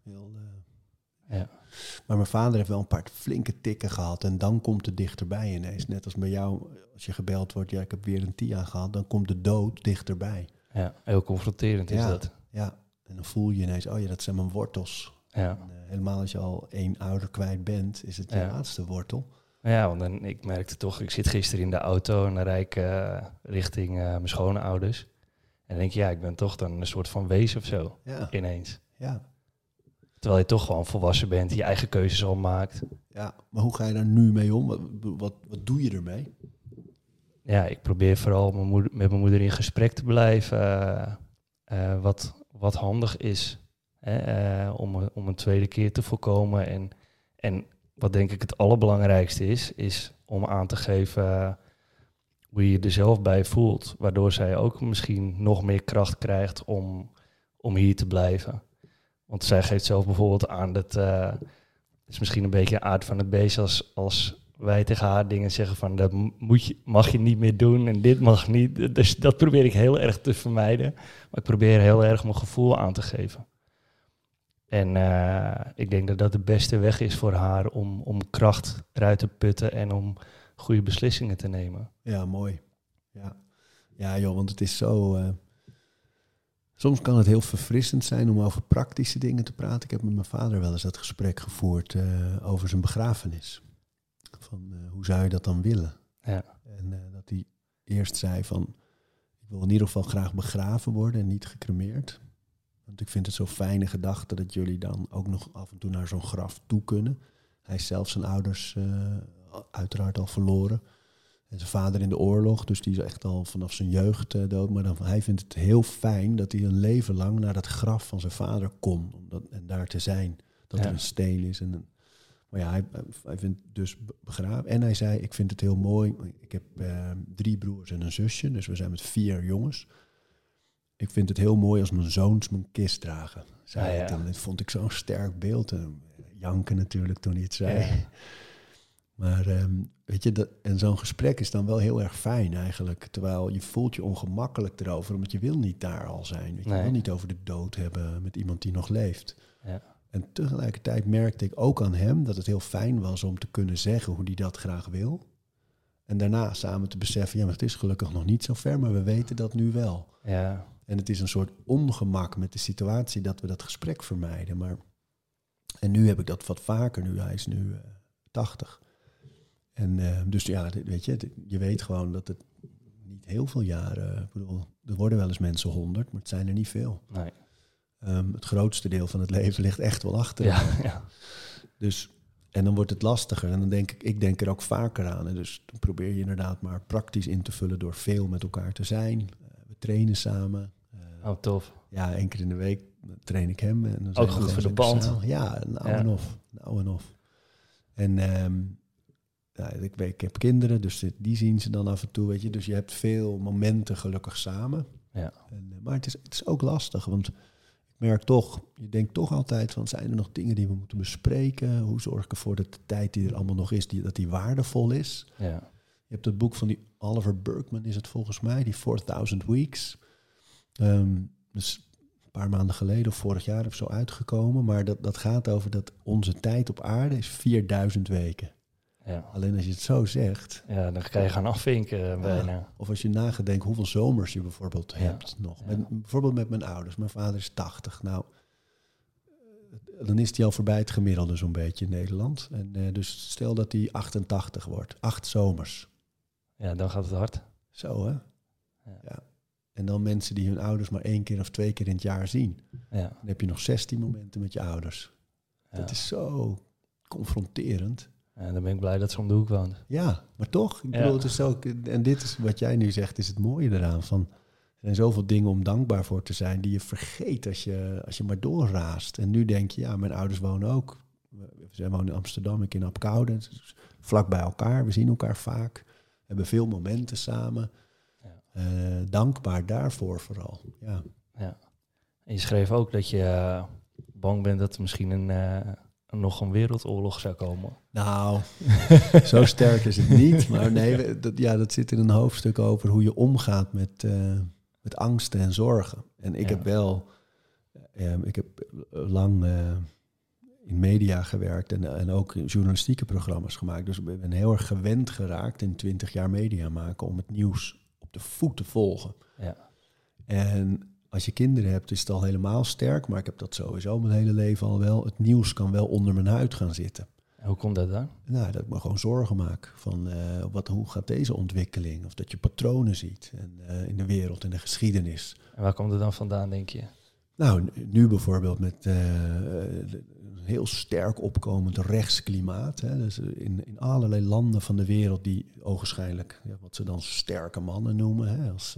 Maar mijn vader heeft wel een paar flinke tikken gehad. En dan komt het dichterbij ineens. Net als bij jou, als je gebeld wordt, ik heb weer een TIA gehad. Dan komt de dood dichterbij. Ja, heel confronterend is dat. Ja, en dan voel je ineens, dat zijn mijn wortels. Ja. En, helemaal als je al 1 ouder kwijt bent, is het je laatste wortel. Ja, want ik merkte toch, ik zit gisteren in de auto en dan rijd ik richting mijn schoonouders. En dan denk je, ik ben toch dan een soort van wees of zo, ineens. Ja. Terwijl je toch gewoon volwassen bent, je eigen keuzes al maakt. Ja, maar hoe ga je daar nu mee om? Wat doe je ermee? Ja, ik probeer vooral met mijn moeder in gesprek te blijven. Wat handig is om een tweede keer te voorkomen. En wat denk ik het allerbelangrijkste is om aan te geven hoe je je er zelf bij voelt. Waardoor zij ook misschien nog meer kracht krijgt om hier te blijven. Want zij geeft zelf bijvoorbeeld aan is misschien een beetje aard van het beest als wij tegen haar dingen zeggen van dat mag je niet meer doen en dit mag niet. Dus dat probeer ik heel erg te vermijden. Maar ik probeer heel erg mijn gevoel aan te geven. En ik denk dat dat de beste weg is voor haar om kracht eruit te putten en om goede beslissingen te nemen. Ja, mooi. Ja joh, want het is zo... soms kan het heel verfrissend zijn om over praktische dingen te praten. Ik heb met mijn vader wel eens dat gesprek gevoerd over zijn begrafenis. Van hoe zou je dat dan willen? Ja. En dat hij eerst zei van... ik wil in ieder geval graag begraven worden en niet gecremeerd. Want ik vind het zo'n fijne gedachte dat jullie dan ook nog af en toe naar zo'n graf toe kunnen. Hij is zelf zijn ouders uiteraard al verloren. En zijn vader in de oorlog, dus die is echt al vanaf zijn jeugd dood. Maar hij vindt het heel fijn dat hij een leven lang naar dat graf van zijn vader kon. En daar te zijn. Dat er een steen is. Maar ja, hij vindt dus begraven. En hij zei, ik vind het heel mooi. Ik heb 3 broers en een zusje, dus we zijn met 4 jongens. Ik vind het heel mooi als mijn zoons mijn kist dragen. Dat vond ik zo'n sterk beeld. Janken natuurlijk toen hij het zei. Ja. Maar weet je, en zo'n gesprek is dan wel heel erg fijn eigenlijk. Terwijl je voelt je ongemakkelijk erover, omdat je wil niet daar al zijn. Je wil niet over de dood hebben met iemand die nog leeft. Ja. En tegelijkertijd merkte ik ook aan hem dat het heel fijn was om te kunnen zeggen hoe hij dat graag wil. En daarna samen te beseffen, ja, maar het is gelukkig nog niet zo ver, maar we weten dat nu wel. Ja. En het is een soort ongemak met de situatie dat we dat gesprek vermijden. En nu heb ik dat wat vaker, hij is nu 80. En dus ja, weet je weet gewoon dat het niet heel veel jaren... Ik bedoel, er worden wel eens mensen 100, maar het zijn er niet veel. Nee. Het grootste deel van het leven ligt echt wel achter. Ja. Dus, en dan wordt het lastiger. En dan denk ik denk er ook vaker aan. En dus dan probeer je inderdaad maar praktisch in te vullen door veel met elkaar te zijn. We trainen samen. Tof. Ja, 1 keer in de week train ik hem. En dan ook goed voor de band. Ja, nou en of. En ik heb kinderen, dus die zien ze dan af en toe, weet je. Dus je hebt veel momenten gelukkig samen. Ja. Maar het is ook lastig, want ik merk toch, je denkt toch altijd van, zijn er nog dingen die we moeten bespreken? Hoe zorg ik ervoor dat de tijd die er allemaal nog is, dat die waardevol is? Ja. Je hebt het boek van die Oliver Burkeman, is het volgens mij, die 4000 Weeks. Dus een paar maanden geleden of vorig jaar of zo uitgekomen. Maar dat gaat over dat onze tijd op aarde is 4000 weken. Ja. Alleen als je het zo zegt... Ja, dan kan je gaan afvinken bijna. Of als je nagedenkt hoeveel zomers je bijvoorbeeld hebt nog. Ja. Bijvoorbeeld met mijn ouders. Mijn vader is 80. Nou, dan is hij al voorbij het gemiddelde zo'n beetje in Nederland. En dus stel dat hij 88 wordt. 8 zomers. Ja, dan gaat het hard. Zo, hè? Ja. En dan mensen die hun ouders maar 1 keer of 2 keer in het jaar zien. Ja. Dan heb je nog 16 momenten met je ouders. Ja. Dat is zo confronterend. Ja, dan ben ik blij dat ze om de hoek woont. Ja, maar toch. Ik bedoel, het is zo, en dit is wat jij nu zegt, is het mooie eraan. Van, er zijn zoveel dingen om dankbaar voor te zijn die je vergeet als je maar doorraast. En nu denk je, ja, mijn ouders wonen ook. Zij wonen in Amsterdam, ik in Apkoude. Dus vlak bij elkaar, we zien elkaar vaak. We hebben veel momenten samen. Ja. Dankbaar daarvoor vooral. Ja. En je schreef ook dat je bang bent dat er misschien nog een wereldoorlog zou komen. Nou, zo sterk is het niet. Maar nee, dat zit in een hoofdstuk over hoe je omgaat met angsten en zorgen. En ik heb wel... ik heb lang in media gewerkt en ook journalistieke programma's gemaakt. Dus ik ben heel erg gewend geraakt in 20 jaar media maken om het nieuws op de voet te volgen. Ja. En als je kinderen hebt is het al helemaal sterk, maar ik heb dat sowieso mijn hele leven al wel. Het nieuws kan wel onder mijn huid gaan zitten. En hoe komt dat dan? Nou, dat ik me gewoon zorgen maak van hoe gaat deze ontwikkeling? Of dat je patronen ziet in de wereld, in de geschiedenis. En waar komt het dan vandaan, denk je? Nou, nu bijvoorbeeld met een heel sterk opkomend rechtsklimaat. Hè. Dus in allerlei landen van de wereld die ogenschijnlijk, wat ze dan sterke mannen noemen. Hè, als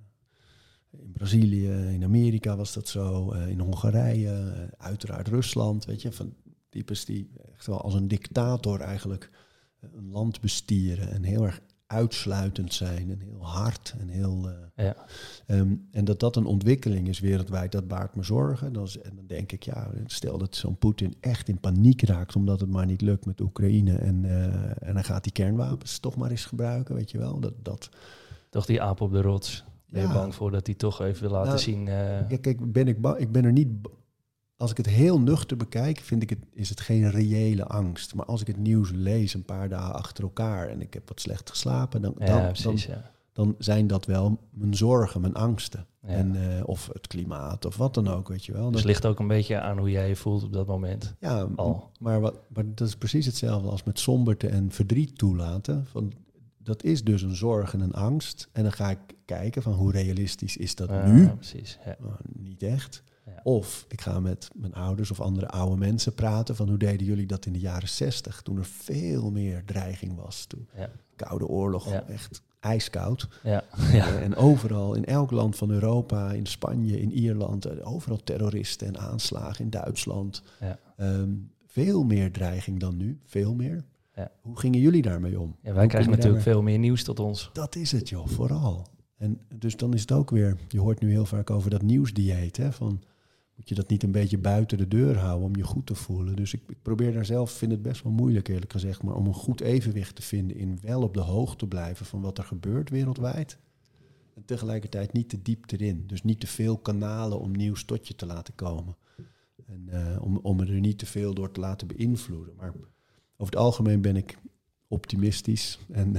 in Brazilië, in Amerika was dat zo, in Hongarije, uiteraard Rusland. Weet je, van types die echt wel als een dictator eigenlijk een land bestieren en heel erg uitsluitend zijn en heel hard en heel... Ja. En dat een ontwikkeling is wereldwijd, dat baart me zorgen. En dan denk ik, ja, stel dat zo'n Poetin echt in paniek raakt omdat het maar niet lukt met Oekraïne en dan gaat hij kernwapens toch maar eens gebruiken, weet je wel. Toch die aap op de rots. Ben je bang voor dat hij toch even wil laten zien... Ja, kijk, ik ben er niet... Als ik het heel nuchter bekijk, is het geen reële angst. Maar als ik het nieuws lees een paar dagen achter elkaar en ik heb wat slecht geslapen, dan zijn dat wel mijn zorgen, mijn angsten. Ja. En, of het klimaat of wat dan ook, weet je wel. Dus het ligt ook een beetje aan hoe jij je voelt op dat moment. Ja, maar dat is precies hetzelfde als met somberte en verdriet toelaten. Dat is dus een zorg en een angst. En dan ga ik kijken van hoe realistisch is dat nu? Precies, ja. Niet echt. Ja. Of ik ga met mijn ouders of andere oude mensen praten van hoe deden jullie dat in de jaren 60, toen er veel meer dreiging was. Toen Koude Oorlog, echt ijskoud. Ja. Ja. En overal, in elk land van Europa, in Spanje, in Ierland, overal terroristen en aanslagen in Duitsland. Ja. Veel meer dreiging dan nu, veel meer. Ja. Hoe gingen jullie daarmee om? Ja, wij krijgen natuurlijk veel meer nieuws tot ons. Dat is het, joh, vooral. En dus dan is het ook weer, je hoort nu heel vaak over dat nieuwsdieet, hè, van moet je dat niet een beetje buiten de deur houden om je goed te voelen. Dus ik probeer daar zelf, vind het best wel moeilijk eerlijk gezegd, maar om een goed evenwicht te vinden in wel op de hoogte blijven van wat er gebeurt wereldwijd. En tegelijkertijd niet te diep erin. Dus niet te veel kanalen om nieuws tot je te laten komen. En om er niet te veel door te laten beïnvloeden. Maar over het algemeen ben ik optimistisch en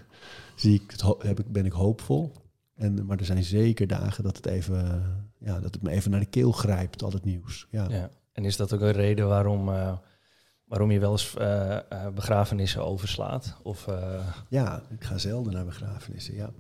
ben ik hoopvol. Maar er zijn zeker dagen dat het me even naar de keel grijpt, al het nieuws. Ja. Ja. En is dat ook een reden waarom je wel eens begrafenissen overslaat? Ja, ik ga zelden naar begrafenissen, ja.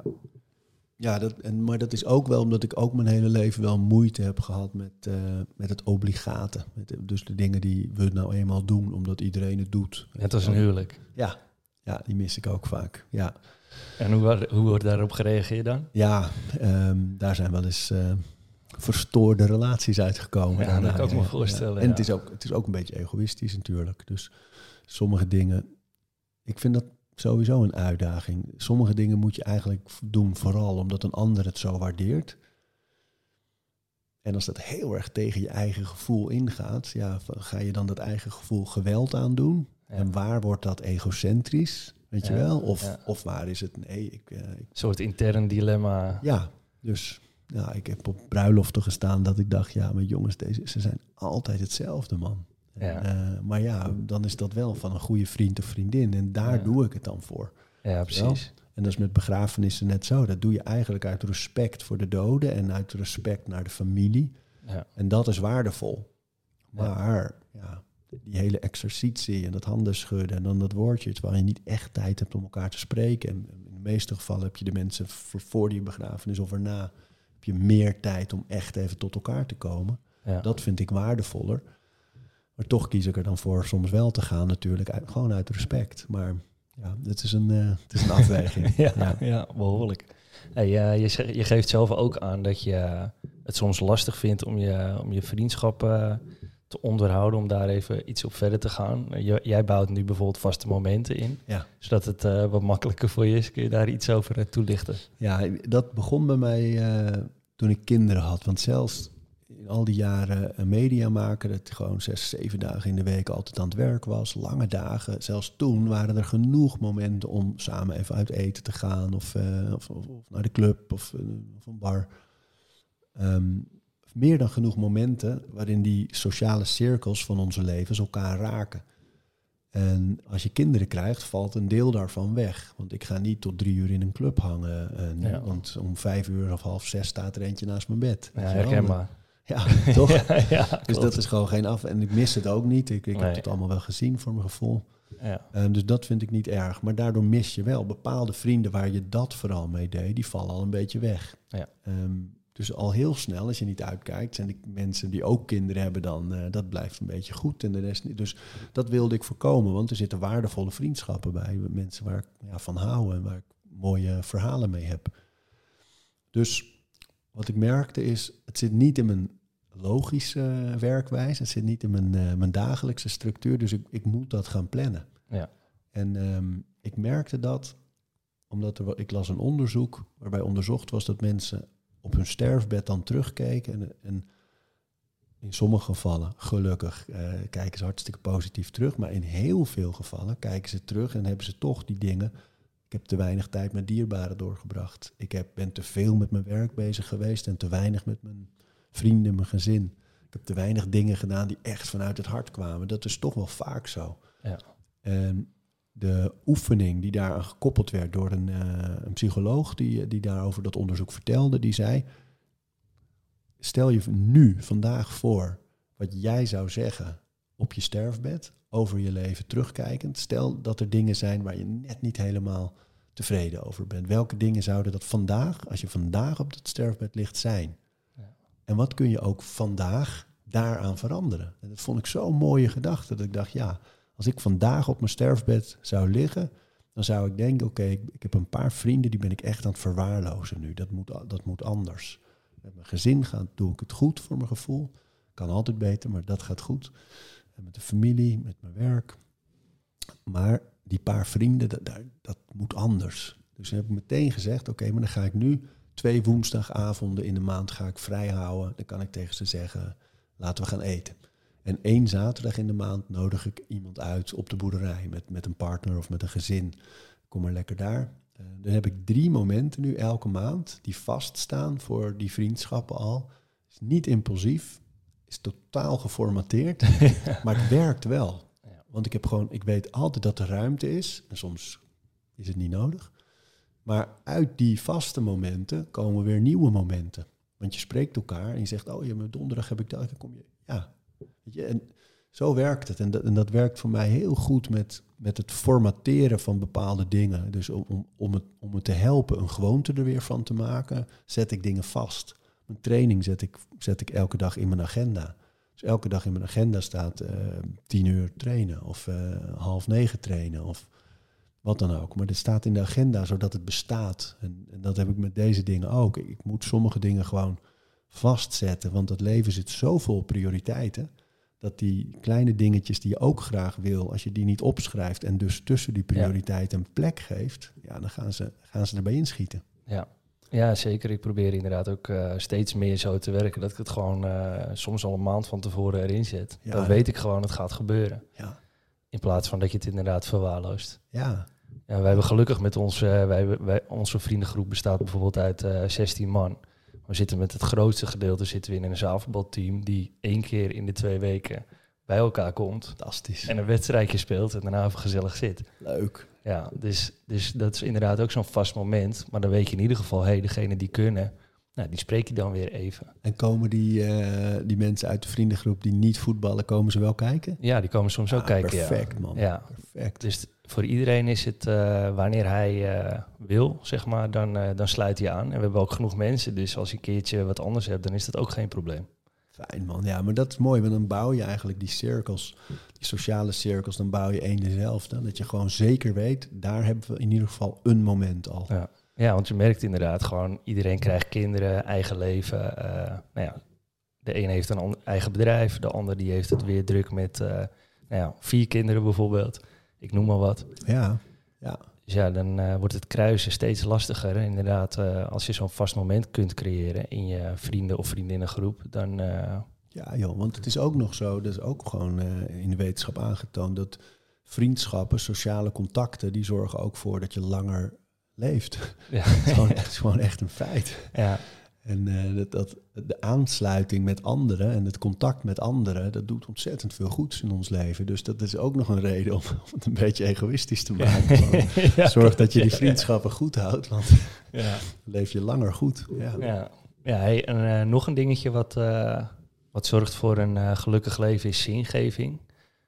Maar dat is ook wel omdat ik ook mijn hele leven wel moeite heb gehad met het obligate. Dus de dingen die we nou eenmaal doen, omdat iedereen het doet. Net als een huwelijk. Ja, die mis ik ook vaak, ja. En hoe wordt daarop gereageerd dan? Ja, daar zijn wel eens verstoorde relaties uitgekomen. Ja, dat kan ik me voorstellen. Ja. En het is ook een beetje egoïstisch natuurlijk. Dus sommige dingen, ik vind dat sowieso een uitdaging. Sommige dingen moet je eigenlijk doen vooral omdat een ander het zo waardeert. En als dat heel erg tegen je eigen gevoel ingaat, ga je dan dat eigen gevoel geweld aandoen? Ja. En waar wordt dat egocentrisch? Weet je wel? Of waar is het? Nee, een soort intern dilemma. Ja, dus ik heb op bruiloften gestaan dat ik dacht, ja, maar jongens, ze zijn altijd hetzelfde, man. Ja. Maar dan is dat wel van een goede vriend of vriendin. En daar doe ik het dan voor. Ja, precies. En dat is met begrafenissen net zo. Dat doe je eigenlijk uit respect voor de doden en uit respect naar de familie. Ja. En dat is waardevol. Maar die hele exercitie en dat handen schudden en dan dat woordje, terwijl je niet echt tijd hebt om elkaar te spreken. En in de meeste gevallen heb je de mensen voor die begrafenis of erna, heb je meer tijd om echt even tot elkaar te komen. Ja. Dat vind ik waardevoller. Maar toch kies ik er dan voor soms wel te gaan natuurlijk, gewoon uit respect. Maar ja, het is een afweging. ja, behoorlijk. Hey, je geeft zelf ook aan dat je het soms lastig vindt om je vriendschap te onderhouden, om daar even iets op verder te gaan. Jij bouwt nu bijvoorbeeld vaste momenten in, zodat het wat makkelijker voor je is. Kun je daar iets over toelichten? Ja, dat begon bij mij toen ik kinderen had. Want zelfs in al die jaren media maken, dat gewoon 6-7 dagen in de week altijd aan het werk was, lange dagen. Zelfs toen waren er genoeg momenten om samen even uit eten te gaan of naar de club of een bar. Meer dan genoeg momenten waarin die sociale cirkels van onze levens elkaar raken. En als je kinderen krijgt, valt een deel daarvan weg. Want ik ga niet tot 3 uur in een club hangen. Want om 5 uur of 5:30 staat er eentje naast mijn bed. Ja, herkenbaar. Ja, toch? Dus dat is gewoon geen af. En ik mis het ook niet. Ik heb het allemaal wel gezien voor mijn gevoel. Ja. Dus dat vind ik niet erg. Maar daardoor mis je wel bepaalde vrienden waar je dat vooral mee deed. Die vallen al een beetje weg. Ja. Dus al heel snel, als je niet uitkijkt, zijn de mensen die ook kinderen hebben dan, dat blijft een beetje goed en de rest niet. Dus dat wilde ik voorkomen, want er zitten waardevolle vriendschappen bij. Mensen waar ik van hou en waar ik mooie verhalen mee heb. Dus wat ik merkte is, het zit niet in mijn logische werkwijze, het zit niet in mijn dagelijkse structuur, dus ik moet dat gaan plannen. Ja. En ik merkte dat omdat ik las een onderzoek waarbij onderzocht was dat mensen op hun sterfbed dan terugkeken. En in sommige gevallen, gelukkig, kijken ze hartstikke positief terug. Maar in heel veel gevallen kijken ze terug en hebben ze toch die dingen. Ik heb te weinig tijd met dierbaren doorgebracht. Ben te veel met mijn werk bezig geweest en te weinig met mijn vrienden, mijn gezin. Ik heb te weinig dingen gedaan die echt vanuit het hart kwamen. Dat is toch wel vaak zo. Ja. En de oefening die daaraan gekoppeld werd door een psycholoog die daarover dat onderzoek vertelde, die zei: stel je nu, vandaag voor, wat jij zou zeggen op je sterfbed, over je leven terugkijkend. Stel dat er dingen zijn waar je net niet helemaal tevreden over bent. Welke dingen zouden dat vandaag, als je vandaag op dat sterfbed ligt, zijn? Ja. En wat kun je ook vandaag daaraan veranderen? En dat vond ik zo'n mooie gedachte, dat ik dacht, ja, als ik vandaag op mijn sterfbed zou liggen, dan zou ik denken, oké, ik heb een paar vrienden, die ben ik echt aan het verwaarlozen nu. Dat moet anders. Met mijn gezin doe ik het goed voor mijn gevoel. Kan altijd beter, maar dat gaat goed. En met de familie, met mijn werk. Maar die paar vrienden, dat moet anders. Dus dan heb ik meteen gezegd, oké, maar dan ga ik nu 2 woensdagavonden in de maand ga ik vrij houden. Dan kan ik tegen ze zeggen, laten we gaan eten. En 1 zaterdag in de maand nodig ik iemand uit op de boerderij met een partner of met een gezin. Kom maar lekker daar. Dan heb ik 3 momenten nu elke maand die vaststaan voor die vriendschappen al. Is niet impulsief, is totaal geformateerd, maar het werkt wel. Ja. Want ik weet altijd dat er ruimte is. En soms is het niet nodig. Maar uit die vaste momenten komen weer nieuwe momenten. Want je spreekt elkaar en je zegt, oh ja, maar donderdag heb ik dat. Dan kom je, ja. Weet je, en zo werkt het. En dat werkt voor mij heel goed met het formateren van bepaalde dingen. Dus om het te helpen een gewoonte er weer van te maken, zet ik dingen vast. Mijn training zet ik elke dag in mijn agenda. Dus elke dag in mijn agenda staat 10 uur trainen of 8:30 trainen of wat dan ook. Maar dit staat in de agenda zodat het bestaat. En dat heb ik met deze dingen ook. Ik moet sommige dingen gewoon vastzetten, want het leven zit zo vol prioriteiten, dat die kleine dingetjes die je ook graag wil, als je die niet opschrijft en dus tussen die prioriteiten een plek geeft, ja, dan gaan ze erbij inschieten. Ja, zeker. Ik probeer inderdaad ook steeds meer zo te werken, dat ik het gewoon soms al een maand van tevoren erin zet. Ja, dan weet ik gewoon, het gaat gebeuren. Ja. In plaats van dat je het inderdaad verwaarloost. Ja. Ja, wij hebben gelukkig met onze vriendengroep bestaat bijvoorbeeld uit 16 man. We zitten met het grootste gedeelte zitten we in een zaalvoetbalteam die 1 keer in de 2 weken bij elkaar komt. Fantastisch. En een wedstrijdje speelt en daarna even gezellig zit. Leuk. Ja, dus dat is inderdaad ook zo'n vast moment. Maar dan weet je in ieder geval, degene die kunnen, nou, die spreek je dan weer even. En komen die mensen uit de vriendengroep die niet voetballen, komen ze wel kijken? Ja, die komen soms ook kijken. Perfect, man. Ja. Perfect. Dus voor iedereen is het, wanneer hij wil, zeg maar, dan sluit hij aan. En we hebben ook genoeg mensen, dus als je een keertje wat anders hebt, dan is dat ook geen probleem. Fijn, man. Ja, maar dat is mooi, want dan bouw je eigenlijk die cirkels, die sociale cirkels, dan bouw je één dezelfde. Dat je gewoon zeker weet, daar hebben we in ieder geval een moment al. Ja, want je merkt inderdaad gewoon, iedereen krijgt kinderen, eigen leven. De een heeft een eigen bedrijf, de ander die heeft het weer druk met 4 kinderen bijvoorbeeld. Ik noem maar wat. Ja. Dus ja, dan wordt het kruisen steeds lastiger. En inderdaad, als je zo'n vast moment kunt creëren in je vrienden- of vriendinnengroep, dan... Ja, joh, want het is ook nog zo, dat is ook gewoon in de wetenschap aangetoond, dat vriendschappen, sociale contacten, die zorgen ook voor dat je langer leeft. Ja. Het is gewoon echt een feit. Ja. En de aansluiting met anderen en het contact met anderen, dat doet ontzettend veel goeds in ons leven. Dus dat is ook nog een reden om het een beetje egoïstisch te maken. Zorg dat je die vriendschappen goed houdt, want dan leef je langer goed. En nog een dingetje wat zorgt voor een gelukkig leven is zingeving.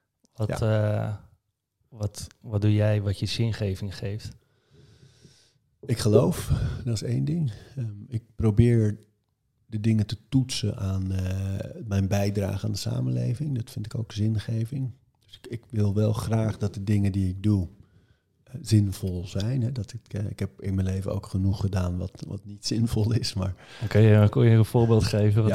Wat doe jij wat je zingeving geeft? Ik geloof, dat is 1 ding. Ik probeer de dingen te toetsen aan mijn bijdrage aan de samenleving. Dat vind ik ook zingeving. Dus ik wil wel graag dat de dingen die ik doe zinvol zijn. Hè. Ik heb in mijn leven ook genoeg gedaan wat niet zinvol is. Maar kon je een voorbeeld geven?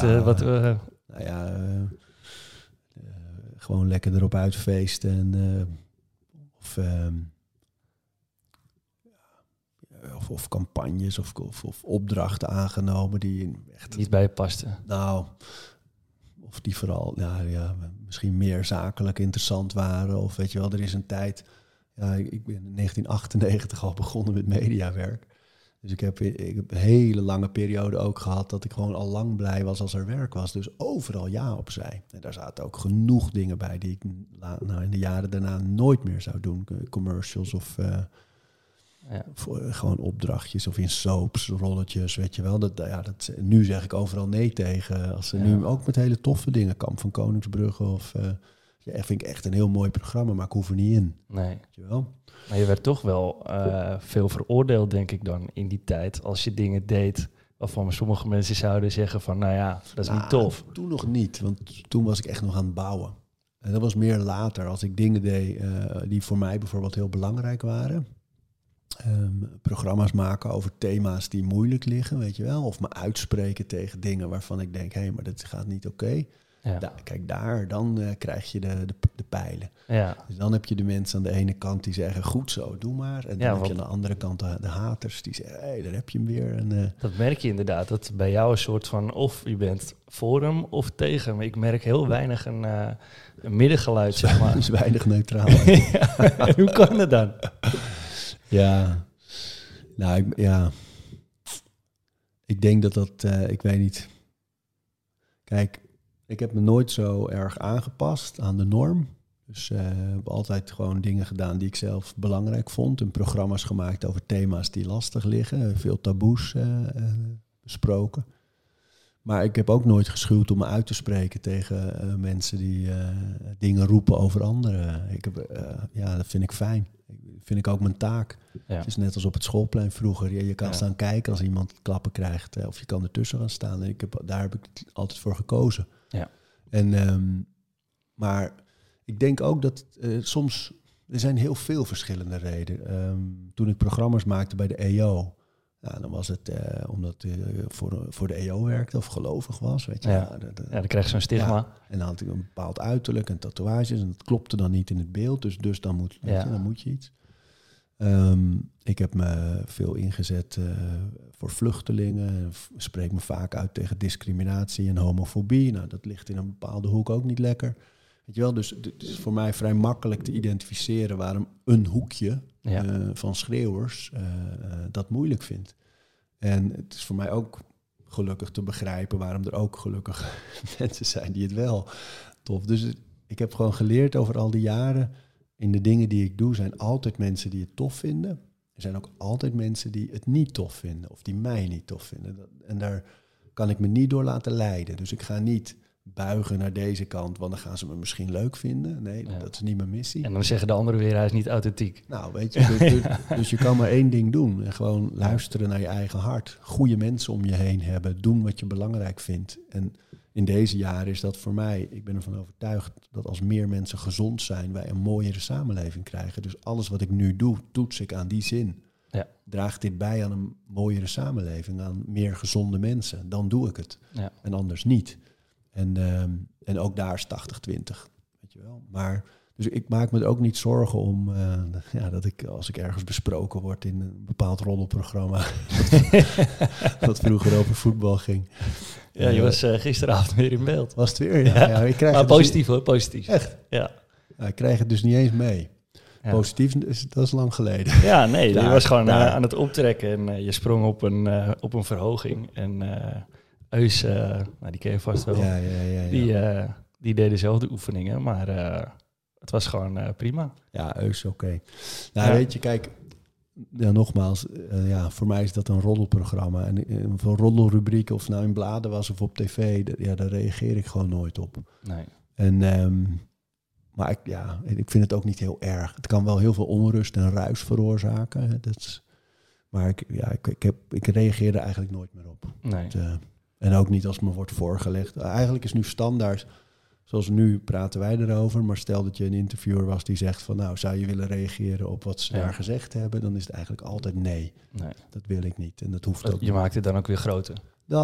Gewoon lekker erop uitfeesten. of campagnes of opdrachten aangenomen die echt niet bij je paste. Nou, of die vooral misschien meer zakelijk interessant waren. Of weet je wel, er is een tijd. Ja, ik ben in 1998 al begonnen met mediawerk. Dus ik heb een hele lange periode ook gehad dat ik gewoon al lang blij was als er werk was. Dus overal ja op zei. En daar zaten ook genoeg dingen bij die ik in de jaren daarna nooit meer zou doen. Commercials of gewoon opdrachtjes of in soaps, rolletjes, weet je wel. Nu zeg ik overal nee tegen. Als ze nu ook met hele toffe dingen, Kamp van Koningsbrugge of... vind ik echt een heel mooi programma, maar ik hoef er niet in. Nee. Weet je wel? Maar je werd toch wel veel veroordeeld, denk ik dan, in die tijd. Als je dingen deed waarvan sommige mensen zouden zeggen van, nou ja, dat is niet tof. Toen nog niet, want toen was ik echt nog aan het bouwen. En dat was meer later, als ik dingen deed die voor mij bijvoorbeeld heel belangrijk waren. Programma's maken over thema's die moeilijk liggen, weet je wel. Of me uitspreken tegen dingen waarvan ik denk, hé, maar dat gaat niet oké. Ja. Kijk, dan krijg je de pijlen. Ja. Dus dan heb je de mensen aan de ene kant die zeggen, goed zo, doe maar. En dan heb je aan de andere kant de haters die zeggen, hé, daar heb je hem weer. En, dat merk je inderdaad, dat bij jou een soort van, of je bent voor hem of tegen hem. Ik merk heel weinig een middengeluid, zeg maar. Dus weinig neutraal. Hoe kan het dan? Ja, nou, ik denk dat ik weet niet. Kijk, ik heb me nooit zo erg aangepast aan de norm. Dus ik heb altijd gewoon dingen gedaan die ik zelf belangrijk vond. En programma's gemaakt over thema's die lastig liggen. Veel taboes besproken. Maar ik heb ook nooit geschuwd om me uit te spreken tegen mensen die dingen roepen over anderen. Dat vind ik fijn. Vind ik ook mijn taak. Ja. Het is net als op het schoolplein vroeger. Je kan staan kijken als iemand klappen krijgt. Of je kan ertussen gaan staan. En daar heb ik altijd voor gekozen. Ja. Maar ik denk ook dat soms... Er zijn heel veel verschillende redenen. Toen ik programma's maakte bij de EO... dan was het omdat voor de EO werkte of gelovig was. Weet je. Ja, dan krijg je zo'n stigma. Ja. En dan had ik een bepaald uiterlijk en tatoeages. En dat klopte dan niet in het beeld. Dus dan moet je iets. Ik heb me veel ingezet voor vluchtelingen. Spreek me vaak uit tegen discriminatie en homofobie. Nou, dat ligt in een bepaalde hoek ook niet lekker. Weet je wel, dus het is voor mij vrij makkelijk te identificeren waarom een hoekje van schreeuwers dat moeilijk vindt. En het is voor mij ook gelukkig te begrijpen waarom er ook gelukkig mensen zijn die het wel tof. Dus ik heb gewoon geleerd over al die jaren, in de dingen die ik doe, zijn altijd mensen die het tof vinden. Er zijn ook altijd mensen die het niet tof vinden of die mij niet tof vinden. En daar kan ik me niet door laten leiden. Dus ik ga niet buigen naar deze kant, want dan gaan ze me misschien leuk vinden. Nee, dat is niet mijn missie. En dan zeggen de anderen weer, hij is niet authentiek. Nou, weet je, dus je kan maar één ding doen. En gewoon luisteren naar je eigen hart. Goede mensen om je heen hebben. Doen wat je belangrijk vindt. En in deze jaren is dat voor mij, ik ben ervan overtuigd dat als meer mensen gezond zijn, wij een mooiere samenleving krijgen. Dus alles wat ik nu doe, toets ik aan die zin. Ja. Draagt dit bij aan een mooiere samenleving, aan meer gezonde mensen, dan doe ik het. Ja. En anders niet. En ook daar is 80-20, weet je wel. Maar dus ik maak me er ook niet zorgen om dat ik, als ik ergens besproken word in een bepaald roddelprogramma, dat vroeger over voetbal ging. Ja, je was gisteravond weer in beeld. Was het weer? Ja. Ik krijg maar het positief dus hoor, positief. Echt? Ja. Ik krijg het dus niet eens mee. Ja. Positief, dat is lang geleden. Ja, nee, je was gewoon aan het optrekken en je sprong op een verhoging. En Eus, die ken je vast wel, die deed dezelfde oefeningen, maar het was gewoon prima. Ja, Eus, oké. Nou, weet je, kijk, nogmaals, voor mij is dat een roddelprogramma. En voor roddelrubrieken, of nou in bladen was of op tv, daar reageer ik gewoon nooit op. Nee. En maar ik vind het ook niet heel erg. Het kan wel heel veel onrust en ruis veroorzaken. Maar ik reageer er eigenlijk nooit meer op. Nee. En ook niet als het me wordt voorgelegd. Eigenlijk is nu standaard, zoals nu praten wij erover, maar stel dat je een interviewer was die zegt van, nou, zou je willen reageren op wat ze daar gezegd hebben, dan is het eigenlijk altijd nee. Dat wil ik niet. En dat hoeft ook. Je maakt het dan ook weer groter.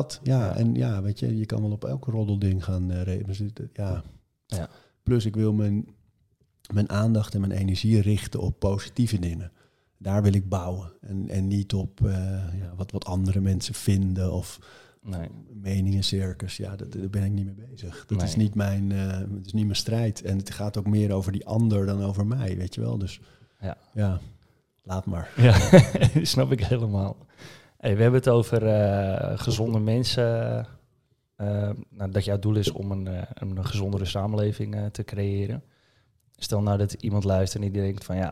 En weet je kan wel op elke roddelding gaan reageren. Plus ik wil mijn aandacht en mijn energie richten op positieve dingen. Daar wil ik bouwen. En niet op wat andere mensen vinden of meningencircus. Ja, daar ben ik niet mee bezig. Dat is niet mijn strijd. En het gaat ook meer over die ander dan over mij, weet je wel. Dus ja laat maar. Ja, snap ik helemaal. Hey, we hebben het over gezonde mensen. Dat jouw doel is om een gezondere samenleving te creëren. Stel nou dat iemand luistert en die denkt van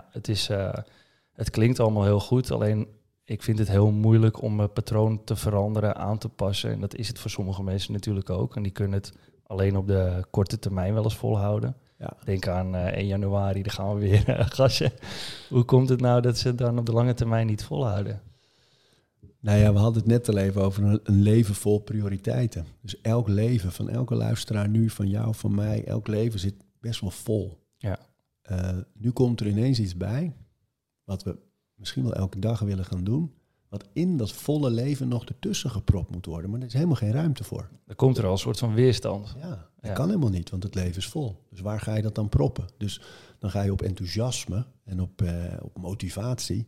het klinkt allemaal heel goed, alleen ik vind het heel moeilijk om mijn patroon te veranderen, aan te passen. En dat is het voor sommige mensen natuurlijk ook. En die kunnen het alleen op de korte termijn wel eens volhouden. Ja. Denk aan 1 januari, dan gaan we weer gassen. Hoe komt het nou dat ze het dan op de lange termijn niet volhouden? Nou ja, we hadden het net al even over een leven vol prioriteiten. Dus elk leven van elke luisteraar nu, van jou, van mij, elk leven zit best wel vol. Ja. Nu komt er ineens iets bij, wat we misschien wel elke dag willen gaan doen, wat in dat volle leven nog ertussen gepropt moet worden. Maar er is helemaal geen ruimte voor. Dan komt er al een soort van weerstand. Ja, dat kan helemaal niet, want het leven is vol. Dus waar ga je dat dan proppen? Dus dan ga je op enthousiasme en op motivatie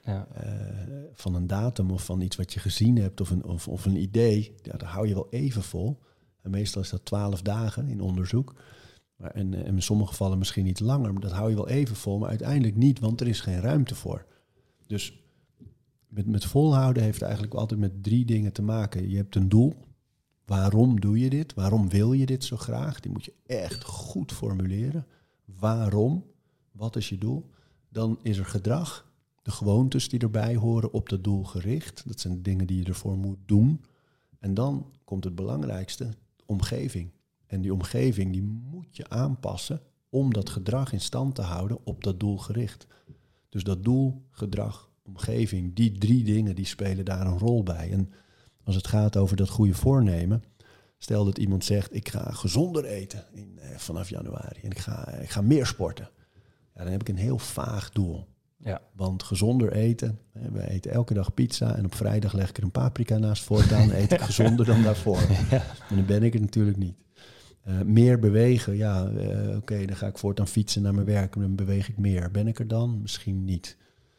van een datum of van iets wat je gezien hebt of een idee. Ja, daar hou je wel even vol. En meestal is dat 12 dagen in onderzoek. En in sommige gevallen misschien iets langer, maar dat hou je wel even vol. Maar uiteindelijk niet, want er is geen ruimte voor. Dus met volhouden heeft eigenlijk altijd met 3 dingen te maken. Je hebt een doel. Waarom doe je dit? Waarom wil je dit zo graag? Die moet je echt goed formuleren. Waarom? Wat is je doel? Dan is er gedrag. De gewoontes die erbij horen op dat doel gericht. Dat zijn de dingen die je ervoor moet doen. En dan komt het belangrijkste, omgeving. En die omgeving die moet je aanpassen om dat gedrag in stand te houden op dat doel gericht. Dus dat doel, gedrag, omgeving, die 3 dingen die spelen daar een rol bij. En als het gaat over dat goede voornemen, stel dat iemand zegt, ik ga gezonder eten vanaf januari en ik ga meer sporten. Ja, dan heb ik een heel vaag doel. Ja. Want gezonder eten, we eten elke dag pizza en op vrijdag leg ik er een paprika naast voortaan en eet ik gezonder dan daarvoor. Ja. En dan ben ik het natuurlijk niet. Meer bewegen, oké, dan ga ik voortaan fietsen naar mijn werk en dan beweeg ik meer. Ben ik er dan? Misschien niet.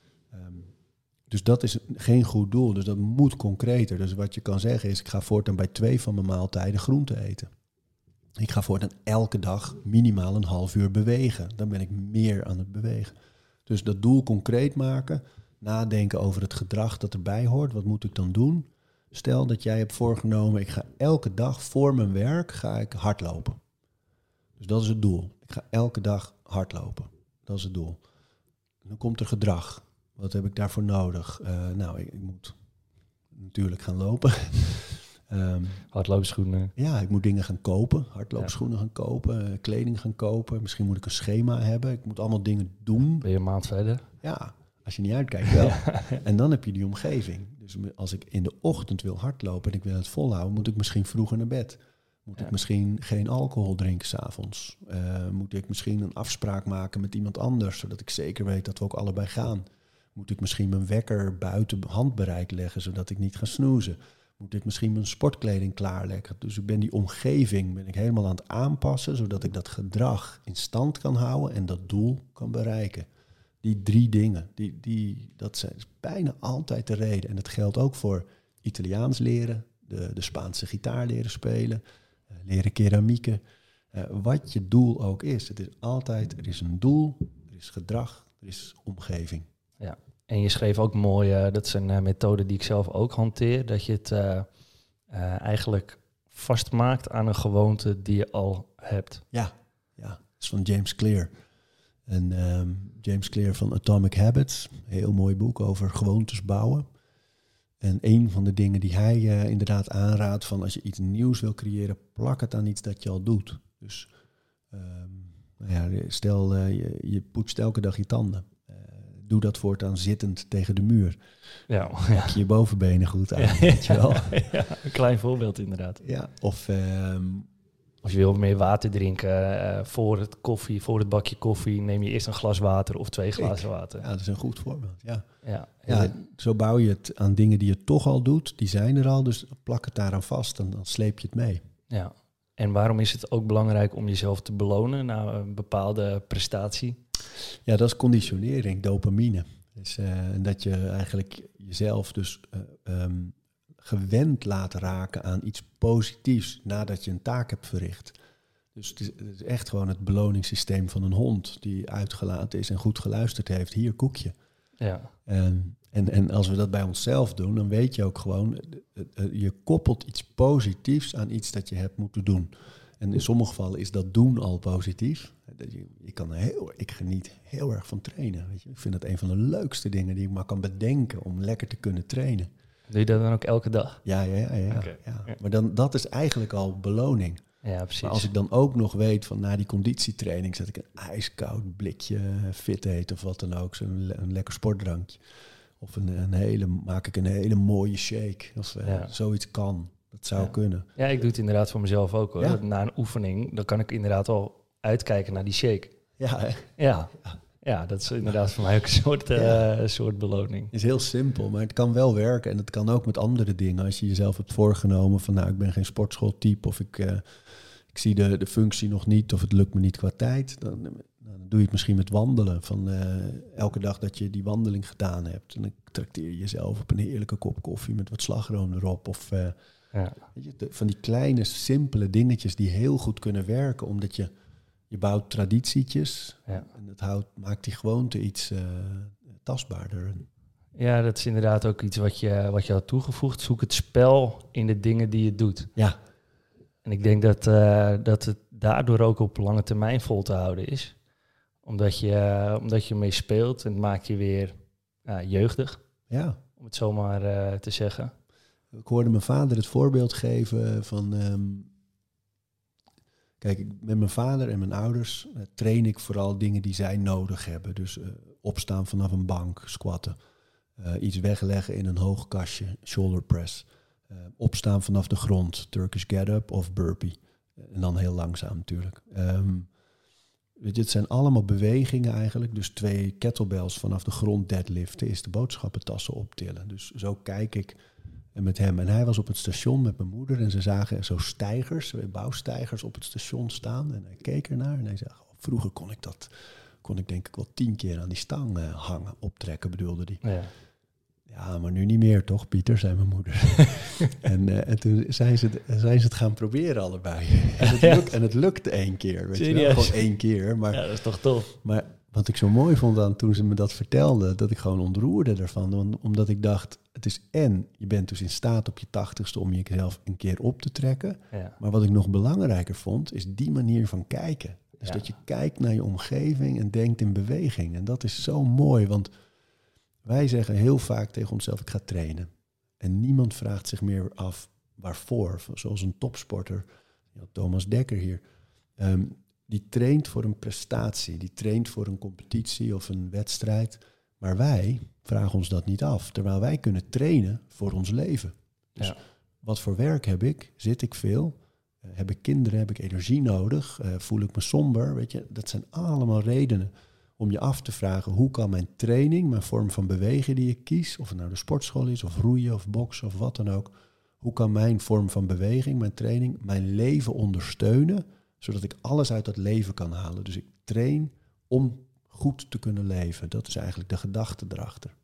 Dus dat is geen goed doel, dus dat moet concreter. Dus wat je kan zeggen is, ik ga voortaan bij 2 van mijn maaltijden groente eten. Ik ga voortaan elke dag minimaal een half uur bewegen. Dan ben ik meer aan het bewegen. Dus dat doel concreet maken, nadenken over het gedrag dat erbij hoort. Wat moet ik dan doen? Stel dat jij hebt voorgenomen, ik ga elke dag voor mijn werk hardlopen. Dus dat is het doel. Ik ga elke dag hardlopen. Dat is het doel. Dan komt er gedrag. Wat heb ik daarvoor nodig? Ik moet natuurlijk gaan lopen. Hardloopschoenen. Ja, ik moet dingen gaan kopen. Hardloopschoenen gaan kopen. Kleding gaan kopen. Misschien moet ik een schema hebben. Ik moet allemaal dingen doen. Ben je een maand verder? Ja, als je niet uitkijkt wel. En dan heb je die omgeving. Dus als ik in de ochtend wil hardlopen en ik wil het volhouden, moet ik misschien vroeger naar bed. Moet ik misschien geen alcohol drinken 's avonds? Moet ik misschien een afspraak maken met iemand anders, zodat ik zeker weet dat we ook allebei gaan? Moet ik misschien mijn wekker buiten handbereik leggen, zodat ik niet ga snoezen? Moet ik misschien mijn sportkleding klaarleggen? Dus ik ben die omgeving helemaal aan het aanpassen, zodat ik dat gedrag in stand kan houden en dat doel kan bereiken. Die 3 dingen, dat zijn bijna altijd de reden. En dat geldt ook voor Italiaans leren, de Spaanse gitaar leren spelen, leren keramieken. Wat je doel ook is. Het is altijd, er is een doel, er is gedrag, er is omgeving. Ja, en je schreef ook mooi, dat is een methode die ik zelf ook hanteer, dat je het eigenlijk vastmaakt aan een gewoonte die je al hebt. Ja, dat is van James Clear. En James Clear van Atomic Habits, heel mooi boek over gewoontes bouwen. En een van de dingen die hij inderdaad aanraadt, van als je iets nieuws wil creëren, plak het aan iets dat je al doet. Dus stel je poetst elke dag je tanden. Doe dat voortaan zittend tegen de muur. Ja. Pak je bovenbenen goed aan, weet je wel. Ja, een klein voorbeeld inderdaad. Ja, of als je wil meer water drinken, voor het bakje koffie, neem je eerst een glas water of 2 glazen water. Ja, dat is een goed voorbeeld, ja. Ja, zo bouw je het aan dingen die je toch al doet. Die zijn er al, dus plak het daaraan vast en dan sleep je het mee. Ja, en waarom is het ook belangrijk om jezelf te belonen na een bepaalde prestatie? Ja, dat is conditionering, dopamine. Dus, en dat je eigenlijk jezelf dus gewend laat raken aan iets positiefs nadat je een taak hebt verricht. Dus het is echt gewoon het beloningssysteem van een hond die uitgelaten is en goed geluisterd heeft. Hier, koekje. Ja. En als we dat bij onszelf doen, dan weet je ook gewoon, je koppelt iets positiefs aan iets dat je hebt moeten doen. En in sommige gevallen is dat doen al positief. Ik geniet heel erg van trainen. Weet je? Ik vind dat een van de leukste dingen die ik maar kan bedenken om lekker te kunnen trainen. Doe je dat dan ook elke dag? Ja. Okay. Ja. Maar dat is eigenlijk al beloning. Ja, precies. Maar als ik dan ook nog weet van na die conditietraining zet ik een ijskoud blikje Fit Aid of wat dan ook, een lekker sportdrankje. Of maak ik een hele mooie shake. Of zoiets kan. Dat zou kunnen. Ja, ik doe het inderdaad voor mezelf ook hoor. Ja? Na een oefening, dan kan ik inderdaad al uitkijken naar die shake. Ja, hè? Ja, dat is inderdaad voor mij ook een soort beloning. Het is heel simpel, maar het kan wel werken. En het kan ook met andere dingen. Als je jezelf hebt voorgenomen van ik ben geen sportschooltype of ik zie de functie nog niet of het lukt me niet qua tijd. Dan doe je het misschien met wandelen. Van elke dag dat je die wandeling gedaan hebt. En dan trakteer je jezelf op een heerlijke kop koffie met wat slagroom erop. Of weet je, van die kleine, simpele dingetjes die heel goed kunnen werken. Omdat je bouwt traditietjes. Ja. En het maakt die gewoonte iets tastbaarder. Ja, dat is inderdaad ook iets wat je had toegevoegd. Zoek het spel in de dingen die je doet. Ja. En ik denk dat het daardoor ook op lange termijn vol te houden is. Omdat je mee speelt en het maakt je weer jeugdig. Ja. Om het zo maar te zeggen. Ik hoorde mijn vader het voorbeeld geven van... Kijk, met mijn vader en mijn ouders train ik vooral dingen die zij nodig hebben. Dus opstaan vanaf een bank, squatten. Iets wegleggen in een hoog kastje, shoulder press. Opstaan vanaf de grond, Turkish get-up of burpee. En dan heel langzaam natuurlijk. Weet je, het zijn allemaal bewegingen eigenlijk. Dus 2 kettlebells vanaf de grond deadliften is de boodschappentassen optillen. Dus zo kijk ik met hem. En hij was op het station met mijn moeder en ze zagen zo stijgers, bouwstijgers op het station staan. En hij keek ernaar en hij zei, vroeger kon ik denk ik wel 10 keer aan die stang hangen, optrekken bedoelde hij. Ja. Ja, maar nu niet meer toch, Pieter, zei mijn moeder. en toen zijn ze het gaan proberen allebei. En het lukte 1 keer. Weet je wel? Gewoon 1 keer. Maar, ja, dat is toch tof. Maar wat ik zo mooi vond aan toen ze me dat vertelde, dat ik gewoon ontroerde ervan. Omdat ik dacht, het is je bent dus in staat op je 80ste om jezelf een keer op te trekken. Ja. Maar wat ik nog belangrijker vond, is die manier van kijken. Dus dat je kijkt naar je omgeving en denkt in beweging. En dat is zo mooi, want wij zeggen heel vaak tegen onszelf, ik ga trainen. En niemand vraagt zich meer af waarvoor. Zoals een topsporter, Thomas Dekker hier. Die traint voor een prestatie. Die traint voor een competitie of een wedstrijd. Maar wij vragen ons dat niet af. Terwijl wij kunnen trainen voor ons leven. Dus wat voor werk heb ik? Zit ik veel? Heb ik kinderen? Heb ik energie nodig? Voel ik me somber? Weet je, dat zijn allemaal redenen om je af te vragen, hoe kan mijn training, mijn vorm van bewegen die ik kies, of het nou de sportschool is, of roeien, of boksen, of wat dan ook, hoe kan mijn vorm van beweging, mijn training, mijn leven ondersteunen, zodat ik alles uit dat leven kan halen. Dus ik train om goed te kunnen leven. Dat is eigenlijk de gedachte erachter.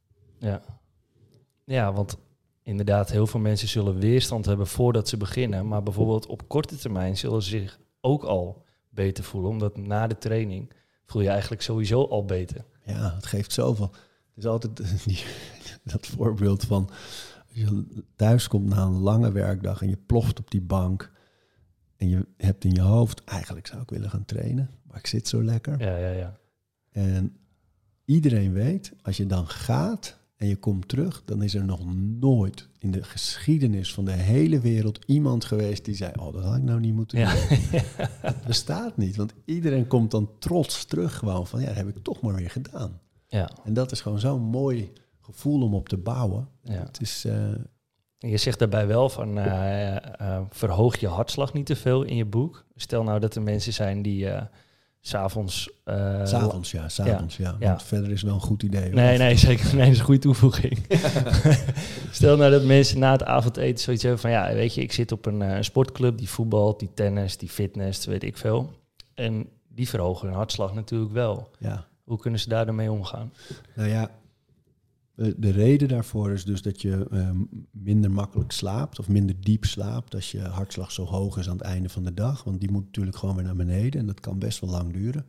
Ja, want inderdaad, heel veel mensen zullen weerstand hebben voordat ze beginnen, maar bijvoorbeeld op korte termijn zullen ze zich ook al beter voelen, omdat na de training voel je eigenlijk sowieso al beter. Ja, het geeft zoveel. Het is altijd dat voorbeeld van, als je thuis komt na een lange werkdag en je ploft op die bank en je hebt in je hoofd, eigenlijk zou ik willen gaan trainen, maar ik zit zo lekker. Ja. En iedereen weet, als je dan gaat en je komt terug, dan is er nog nooit in de geschiedenis van de hele wereld iemand geweest die zei, dat had ik nou niet moeten doen. Het bestaat niet, want iedereen komt dan trots terug gewoon van, dat heb ik toch maar weer gedaan. Ja. En dat is gewoon zo'n mooi gevoel om op te bouwen. Ja. Het is, je zegt daarbij wel van, verhoog je hartslag niet te veel in je boek. Stel nou dat er mensen zijn die s'avonds... S'avonds, ja. Want verder is het wel een goed idee. Nee, zeker. Nee, dat is een goede toevoeging. Stel nou dat mensen na het avondeten zoiets hebben van, weet je, ik zit op een sportclub die voetbalt, die tennis, die fitness, weet ik veel. En die verhogen hun hartslag natuurlijk wel. Ja. Hoe kunnen ze daar dan mee omgaan? Nou ja, De reden daarvoor is dus dat je minder makkelijk slaapt of minder diep slaapt als je hartslag zo hoog is aan het einde van de dag. Want die moet natuurlijk gewoon weer naar beneden en dat kan best wel lang duren.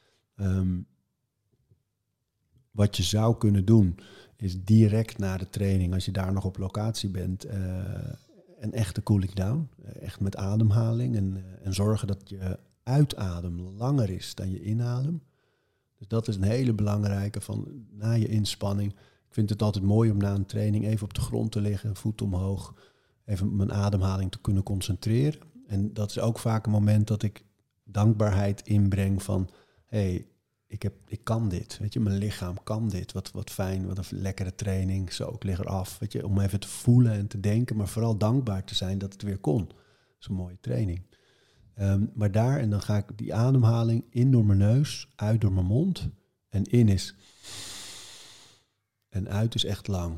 Wat je zou kunnen doen is direct na de training, als je daar nog op locatie bent, een echte cooling down. Echt met ademhaling en zorgen dat je uitadem langer is dan je inadem. Dus dat is een hele belangrijke van na je inspanning. Ik vind het altijd mooi om na een training even op de grond te liggen, voet omhoog, even mijn ademhaling te kunnen concentreren. En dat is ook vaak een moment dat ik dankbaarheid inbreng van, hey, ik kan dit, weet je, mijn lichaam kan dit. Wat fijn, wat een lekkere training, zo, ik lig eraf, weet je, om even te voelen en te denken, maar vooral dankbaar te zijn dat het weer kon. Dat is een mooie training. Maar en dan ga ik die ademhaling in door mijn neus, uit door mijn mond. En in is. En uit is echt lang.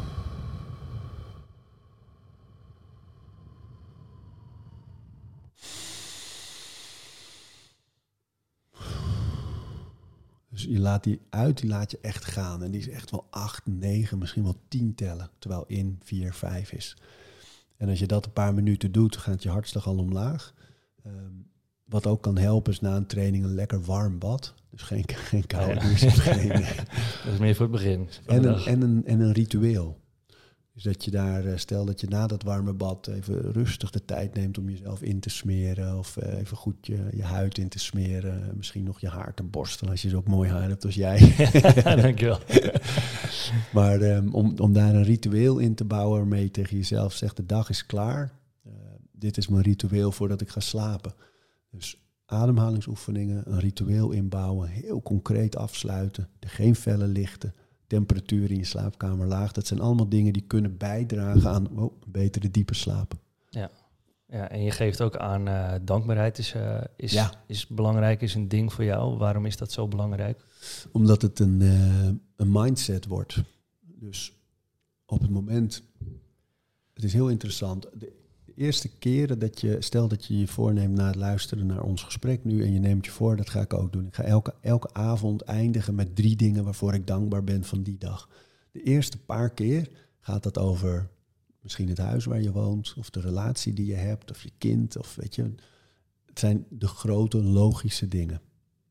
Dus je laat die laat je echt gaan. En die is echt wel 8, 9, misschien wel 10 tellen. Terwijl in 4, 5 is. En als je dat een paar minuten doet, gaat je hartslag al omlaag. Wat ook kan helpen is na een training een lekker warm bad. Dus geen koude douche. Dat is meer voor het begin. En een ritueel. Dus dat je daar, stel dat je na dat warme bad even rustig de tijd neemt om jezelf in te smeren. Of even goed je huid in te smeren. Misschien nog je haar te borstelen als je zo mooi haar hebt als jij. Dankjewel. Maar om daar een ritueel in te bouwen waarmee je tegen jezelf zegt, de dag is klaar. Dit is mijn ritueel voordat ik ga slapen. Dus ademhalingsoefeningen, een ritueel inbouwen, heel concreet afsluiten, er geen felle lichten, temperatuur in je slaapkamer laag. Dat zijn allemaal dingen die kunnen bijdragen aan een betere diepe slaap. Ja, en je geeft ook aan dankbaarheid is belangrijk, is een ding voor jou. Waarom is dat zo belangrijk? Omdat het een mindset wordt. Dus op het moment, het is heel interessant. De eerste keren stel dat je je voorneemt na het luisteren naar ons gesprek nu en je neemt je voor, dat ga ik ook doen. Ik ga elke avond eindigen met 3 dingen waarvoor ik dankbaar ben van die dag. De eerste paar keer gaat dat over misschien het huis waar je woont, of de relatie die je hebt, of je kind, of weet je. Het zijn de grote logische dingen.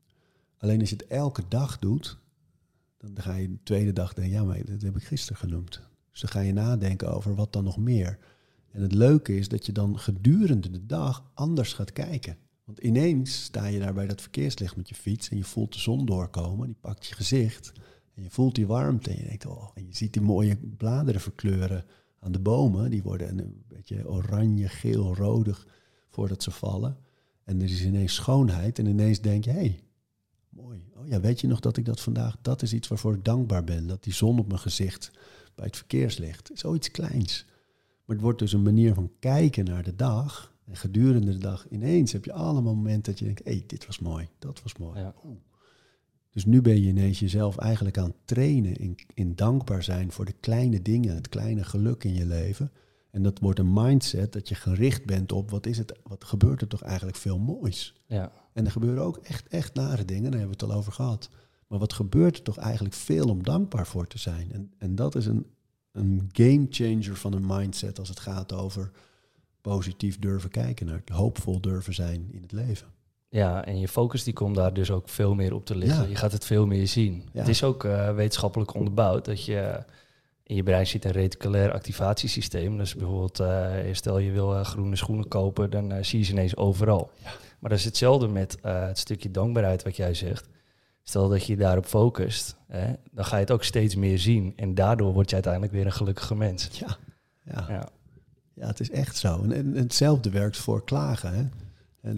Alleen als je het elke dag doet, dan ga je de tweede dag denken, ja, maar dat heb ik gisteren genoemd. Dus dan ga je nadenken over wat dan nog meer. En het leuke is dat je dan gedurende de dag anders gaat kijken. Want ineens sta je daar bij dat verkeerslicht met je fiets en je voelt de zon doorkomen, die pakt je gezicht en je voelt die warmte en je denkt, oh, en je ziet die mooie bladeren verkleuren aan de bomen, die worden een beetje oranje, geel, rodig voordat ze vallen. En er is ineens schoonheid en ineens denk je, hey, mooi. Oh ja, weet je nog dat ik dat vandaag, dat is iets waarvoor ik dankbaar ben. Dat die zon op mijn gezicht bij het verkeerslicht, zoiets kleins. Maar het wordt dus een manier van kijken naar de dag. En gedurende de dag ineens heb je allemaal momenten dat je denkt, hey, dit was mooi, dat was mooi. Ja. Dus nu ben je ineens jezelf eigenlijk aan het trainen in dankbaar zijn voor de kleine dingen, het kleine geluk in je leven. En dat wordt een mindset dat je gericht bent op, wat gebeurt er toch eigenlijk veel moois. Ja. En er gebeuren ook echt nare dingen, daar hebben we het al over gehad. Maar wat gebeurt er toch eigenlijk veel om dankbaar voor te zijn. En dat is een game changer van een mindset als het gaat over positief durven kijken naar het hoopvol durven zijn in het leven. Ja, en je focus die komt daar dus ook veel meer op te liggen. Ja. Je gaat het veel meer zien. Ja. Het is ook wetenschappelijk onderbouwd dat je in je brein zit een reticulair activatiesysteem. Dus bijvoorbeeld, stel je wil groene schoenen kopen, dan zie je ze ineens overal. Ja. Maar dat is hetzelfde met het stukje dankbaarheid wat jij zegt. Stel dat je daarop focust, dan ga je het ook steeds meer zien. En daardoor word je uiteindelijk weer een gelukkige mens. Ja, het is echt zo. En hetzelfde werkt voor klagen. Hè? En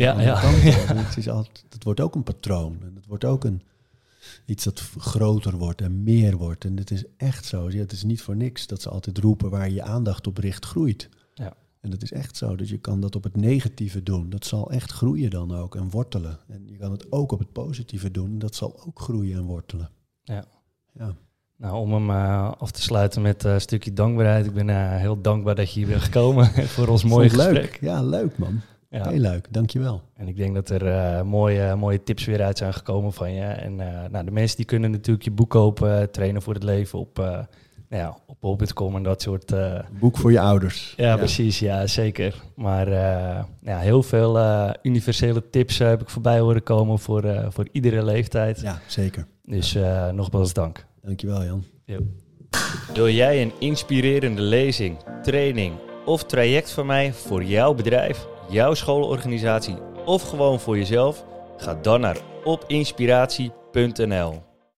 het wordt ook een patroon. En het wordt ook iets dat groter wordt en meer wordt. En het is echt zo. Ja, het is niet voor niks dat ze altijd roepen waar je aandacht op richt groeit. Ja. En dat is echt zo. Dus je kan dat op het negatieve doen. Dat zal echt groeien dan ook en wortelen. En je kan het ook op het positieve doen. En dat zal ook groeien en wortelen. Ja. Ja. Nou, om hem af te sluiten met een stukje dankbaarheid. Ik ben heel dankbaar dat je hier bent gekomen voor ons mooie gesprek. Leuk. Ja, leuk man. Ja. Heel leuk, dankjewel. En ik denk dat er mooie tips weer uit zijn gekomen van je. En de mensen die kunnen natuurlijk je boek kopen, Trainen voor het Leven, op op bol.com en dat soort... Boek voor je ouders. Ja, precies. Ja, zeker. Maar heel veel universele tips heb ik voorbij horen komen voor iedere leeftijd. Ja, zeker. Dus nogmaals dank. Dankjewel, Jan. Jo. Wil jij een inspirerende lezing, training of traject van mij voor jouw bedrijf, jouw schoolorganisatie of gewoon voor jezelf? Ga dan naar opinspiratie.nl.